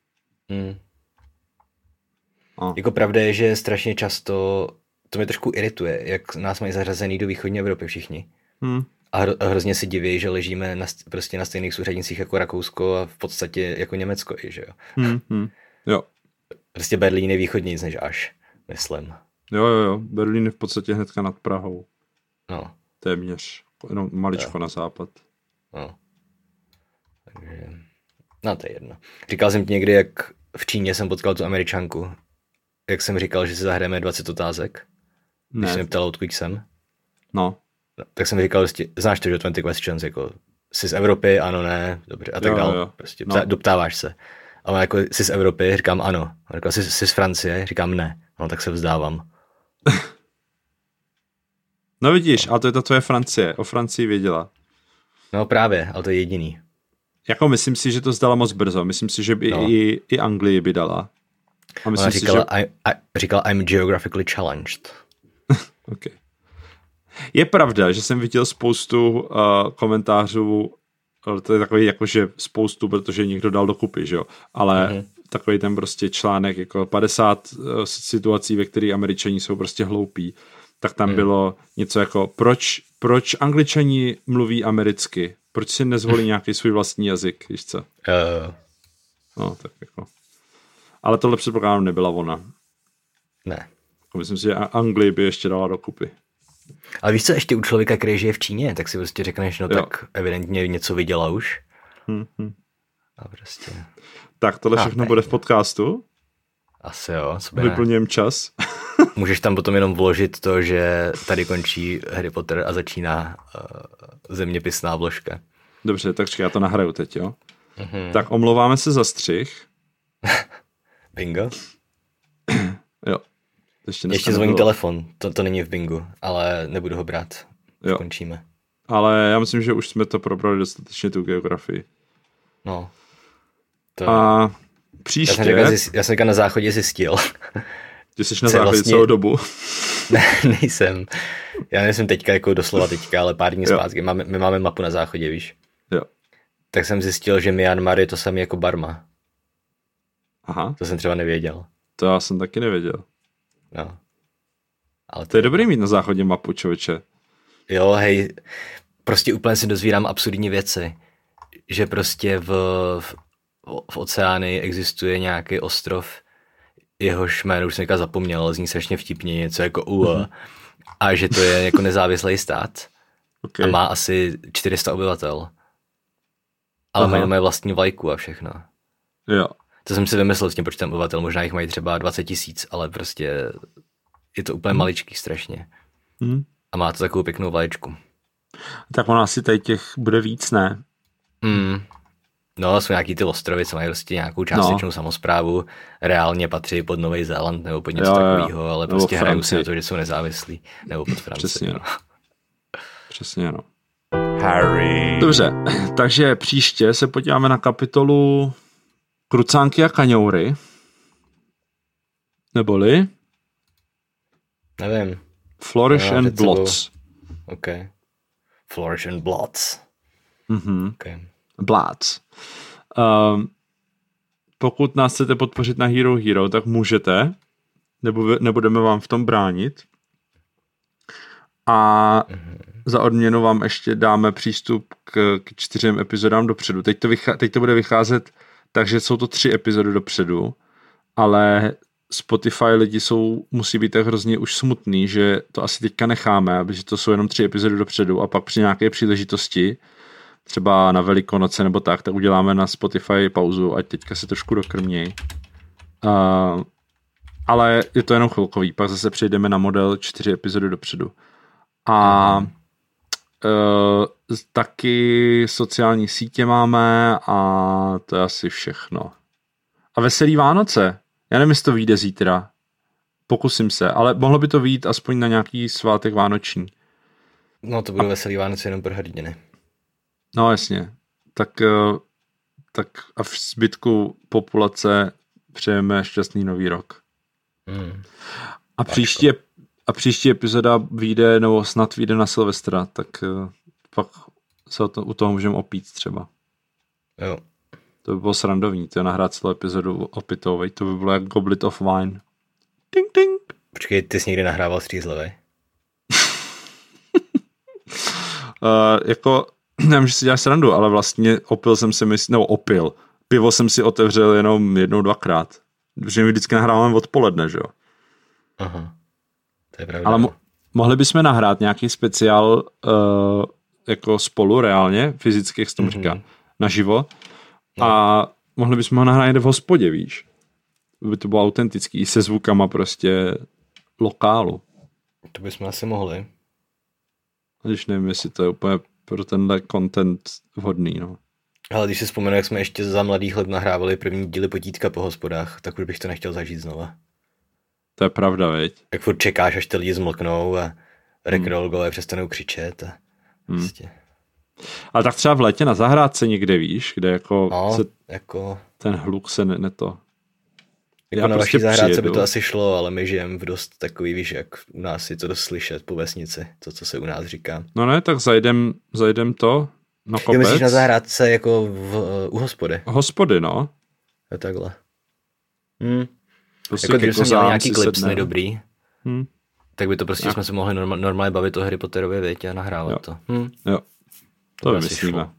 Jako pravda je, že strašně často, to mě trošku irituje, jak nás mají zařazený do východní Evropy všichni. A hrozně si diví, že ležíme prostě na stejných souřadnicích jako Rakousko a v podstatě jako Německo i, že jo. Jo. Prostě Berlín je východnějc než až, myslím. Jo. Berlín je v podstatě hnedka nad Prahou. No. Téměř. Jenom maličko na západ. No. Takže, no to je jedno. Říkal jsem ti někdy, jak v Číně jsem potkal tu Američanku. Jak jsem říkal, že si zahrajeme 20 otázek. Ne. Když jsem ptal, odkud jsem. No. Tak jsem říkal, znáš to, že 20 questions, jako jsi z Evropy, ano, ne, dobře, a tak dál. Prostě doptáváš se. A on jako, jsi z Evropy, říkám ano. A říkal, jsi z Francie, říkám ne. No, tak se vzdávám. No vidíš, ale to je ta tvoje Francie. O Francii věděla. No právě, ale to je jediný. Jako myslím si, že to zdala moc brzo. Myslím si, že by i Anglii by dala. A myslím říkal, I'm geographically challenged. Okay. Je pravda, že jsem viděl spoustu komentářů, to je takový jakože spoustu, protože někdo dal dokupy, že jo, ale takový ten prostě článek jako 50 situací, ve kterých Američani jsou prostě hloupí, tak tam bylo něco jako proč Angličani mluví americky, proč si nezvolí nějaký svůj vlastní jazyk, víš co? No, tak jako. Ale tohle předpokládám nebyla ona. Ne. Myslím si, že Anglii by ještě dala dokupy. Ale víš co, ještě u člověka, který žije v Číně, tak si prostě řekneš, no tak evidentně něco viděla už. A prostě. Tak tohle všechno bude v podcastu. Asi jo. Vyplňujeme čas. Můžeš tam potom jenom vložit to, že tady končí Harry Potter a začíná zeměpisná vložka. Dobře, takže já to nahraju teď, jo? Tak omlouváme se za střih. Bingo. Jo. Ještě zvoní telefon, to není v bingu, ale nebudu ho brát. Jo. Končíme. Ale já myslím, že už jsme to probrali dostatečně tu geografii. No. A příště... Já jsem na záchodě zjistil. Ty jsi na záchodě celou dobu? Ne, nejsem. Já nejsem teďka, jako doslova teďka, ale pár dní zpátky. My máme mapu na záchodě, víš? Jo. Tak jsem zjistil, že Myanmar je to samé jako Barma. Aha. To jsem třeba nevěděl. To já jsem taky nevěděl. No. Ale to je dobrý mít na záchodě mapu, člověče. Jo, hej, prostě úplně si dozvírám absurdní věci. Že prostě v oceáni existuje nějaký ostrov, jehož jméno už jsem zapomněl, ale zní strašně vtipně, něco jako UA. A že to je jako nezávislý stát. Okay. A má asi 400 obyvatel. Ale mají vlastní vlajku a všechno. Jo. To jsem si vymyslel s tím počtem obyvatel, možná jich mají třeba 20 000, ale prostě je to úplně maličký strašně. A má to takovou pěknou vlaječku. Tak ono asi tady těch bude víc, ne? No, jsou nějaký ty ostrovy, co mají prostě nějakou částečnou samosprávu, reálně patří pod Nový Zéland nebo pod něco takového, ale nebo prostě hrajou si na to, že jsou nezávislí, nebo pod Francii. Přesně, no. Přesně, no. Harry. Dobře, takže příště se podíváme na kapitolu Krucánky a kaňoury. Neboli? Nevím. Flourish and Blots. OK. Flourish and Blots. Okay. Blots. Pokud nás chcete podpořit na Hero Hero, tak můžete. Nebudeme vám v tom bránit. a za odměnu vám ještě dáme přístup k 4 epizodám dopředu. Teď to bude vycházet, takže jsou to 3 epizody dopředu, ale Spotify lidi musí být tak hrozně už smutný, že to asi teďka necháme, protože to jsou jenom 3 epizody dopředu a pak při nějaké příležitosti, třeba na Velikonoce nebo tak uděláme na Spotify pauzu, ať teďka se trošku dokrmějí. Ale je to jenom chvilkový, pak zase přejdeme na model 4 epizody dopředu. A taky sociální sítě máme a to je asi všechno. A veselý Vánoce. Já nevím, jestli to vyjde zítra. Pokusím se, ale mohlo by to vyjít aspoň na nějaký svátek vánoční. No to budou veselý Vánoce jenom pro hrdiny. No jasně. Tak a v zbytku populace přejeme šťastný nový rok. A příští epizoda vyjde, nebo snad vyjde na Silvestra, tak pak se u toho můžeme opít třeba. Jo. To by bylo srandovní, to je nahrát celou epizodu opitovej, to by bylo jak Goblet of Wine. Ding, ding. Počkej, ty jsi někdy nahrával střízlivej? Jako, nevím, že si děláš srandu, ale vlastně pivo jsem si otevřel jenom 1-2krát. Protože my vždycky nahráváme odpoledne, že jo? Aha, to je pravda. Ale mohli bychom nahrát nějaký speciál jako spolu reálně, fyzicky, jak se tomu říká, naživo. No. A mohli bychom ho nahrát někde v hospodě, víš? By to bylo autentický, se zvukama prostě lokálu. To bychom asi mohli. Když nevím, jestli to je úplně pro tenhle content vhodný, no. Ale když si vzpomenu, jak jsme ještě za mladých let nahrávali první díly Potítka po hospodách, tak už bych to nechtěl zažít znova. To je pravda, veď? Jak furt čekáš, až ty lidi zmlknou a rock'n'rollové přestanou křičet a prostě. Ale tak třeba v létě na zahrádce někde, víš, kde jako ten hluk se neto. Jako na vaší zahrádce by to asi šlo, ale my žijeme v dost takový, víš, jak u nás je to dost slyšet po vesnici, to, co se u nás říká. No ne, tak zajdem to na kopec. Myslíš na zahrádce jako u hospody? Hospody, no. Je takhle. Prostě jako když jsme měli nějaký klipsny dobrý, tak by to prostě jsme se mohli normálně bavit o Harry Potterově větě a nahrávat to. Jo, to vymyslíme.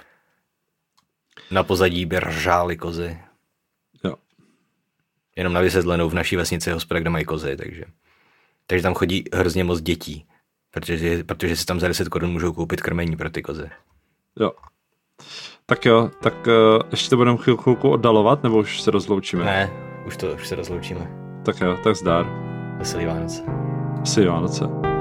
Na pozadí by ržály kozy. Jo. Jenom na vysvětlenou, v naší vesnici je hospoda, kde mají kozy, takže tam chodí hrozně moc dětí, protože si tam za 10 korun můžou koupit krmení pro ty kozy. Jo. Tak jo, tak ještě to budeme chvilku oddalovat, nebo už se rozloučíme? Ne, už se rozloučíme. Tak jo, tak zdar. Veselý Vánoce. Veselý Vánoce.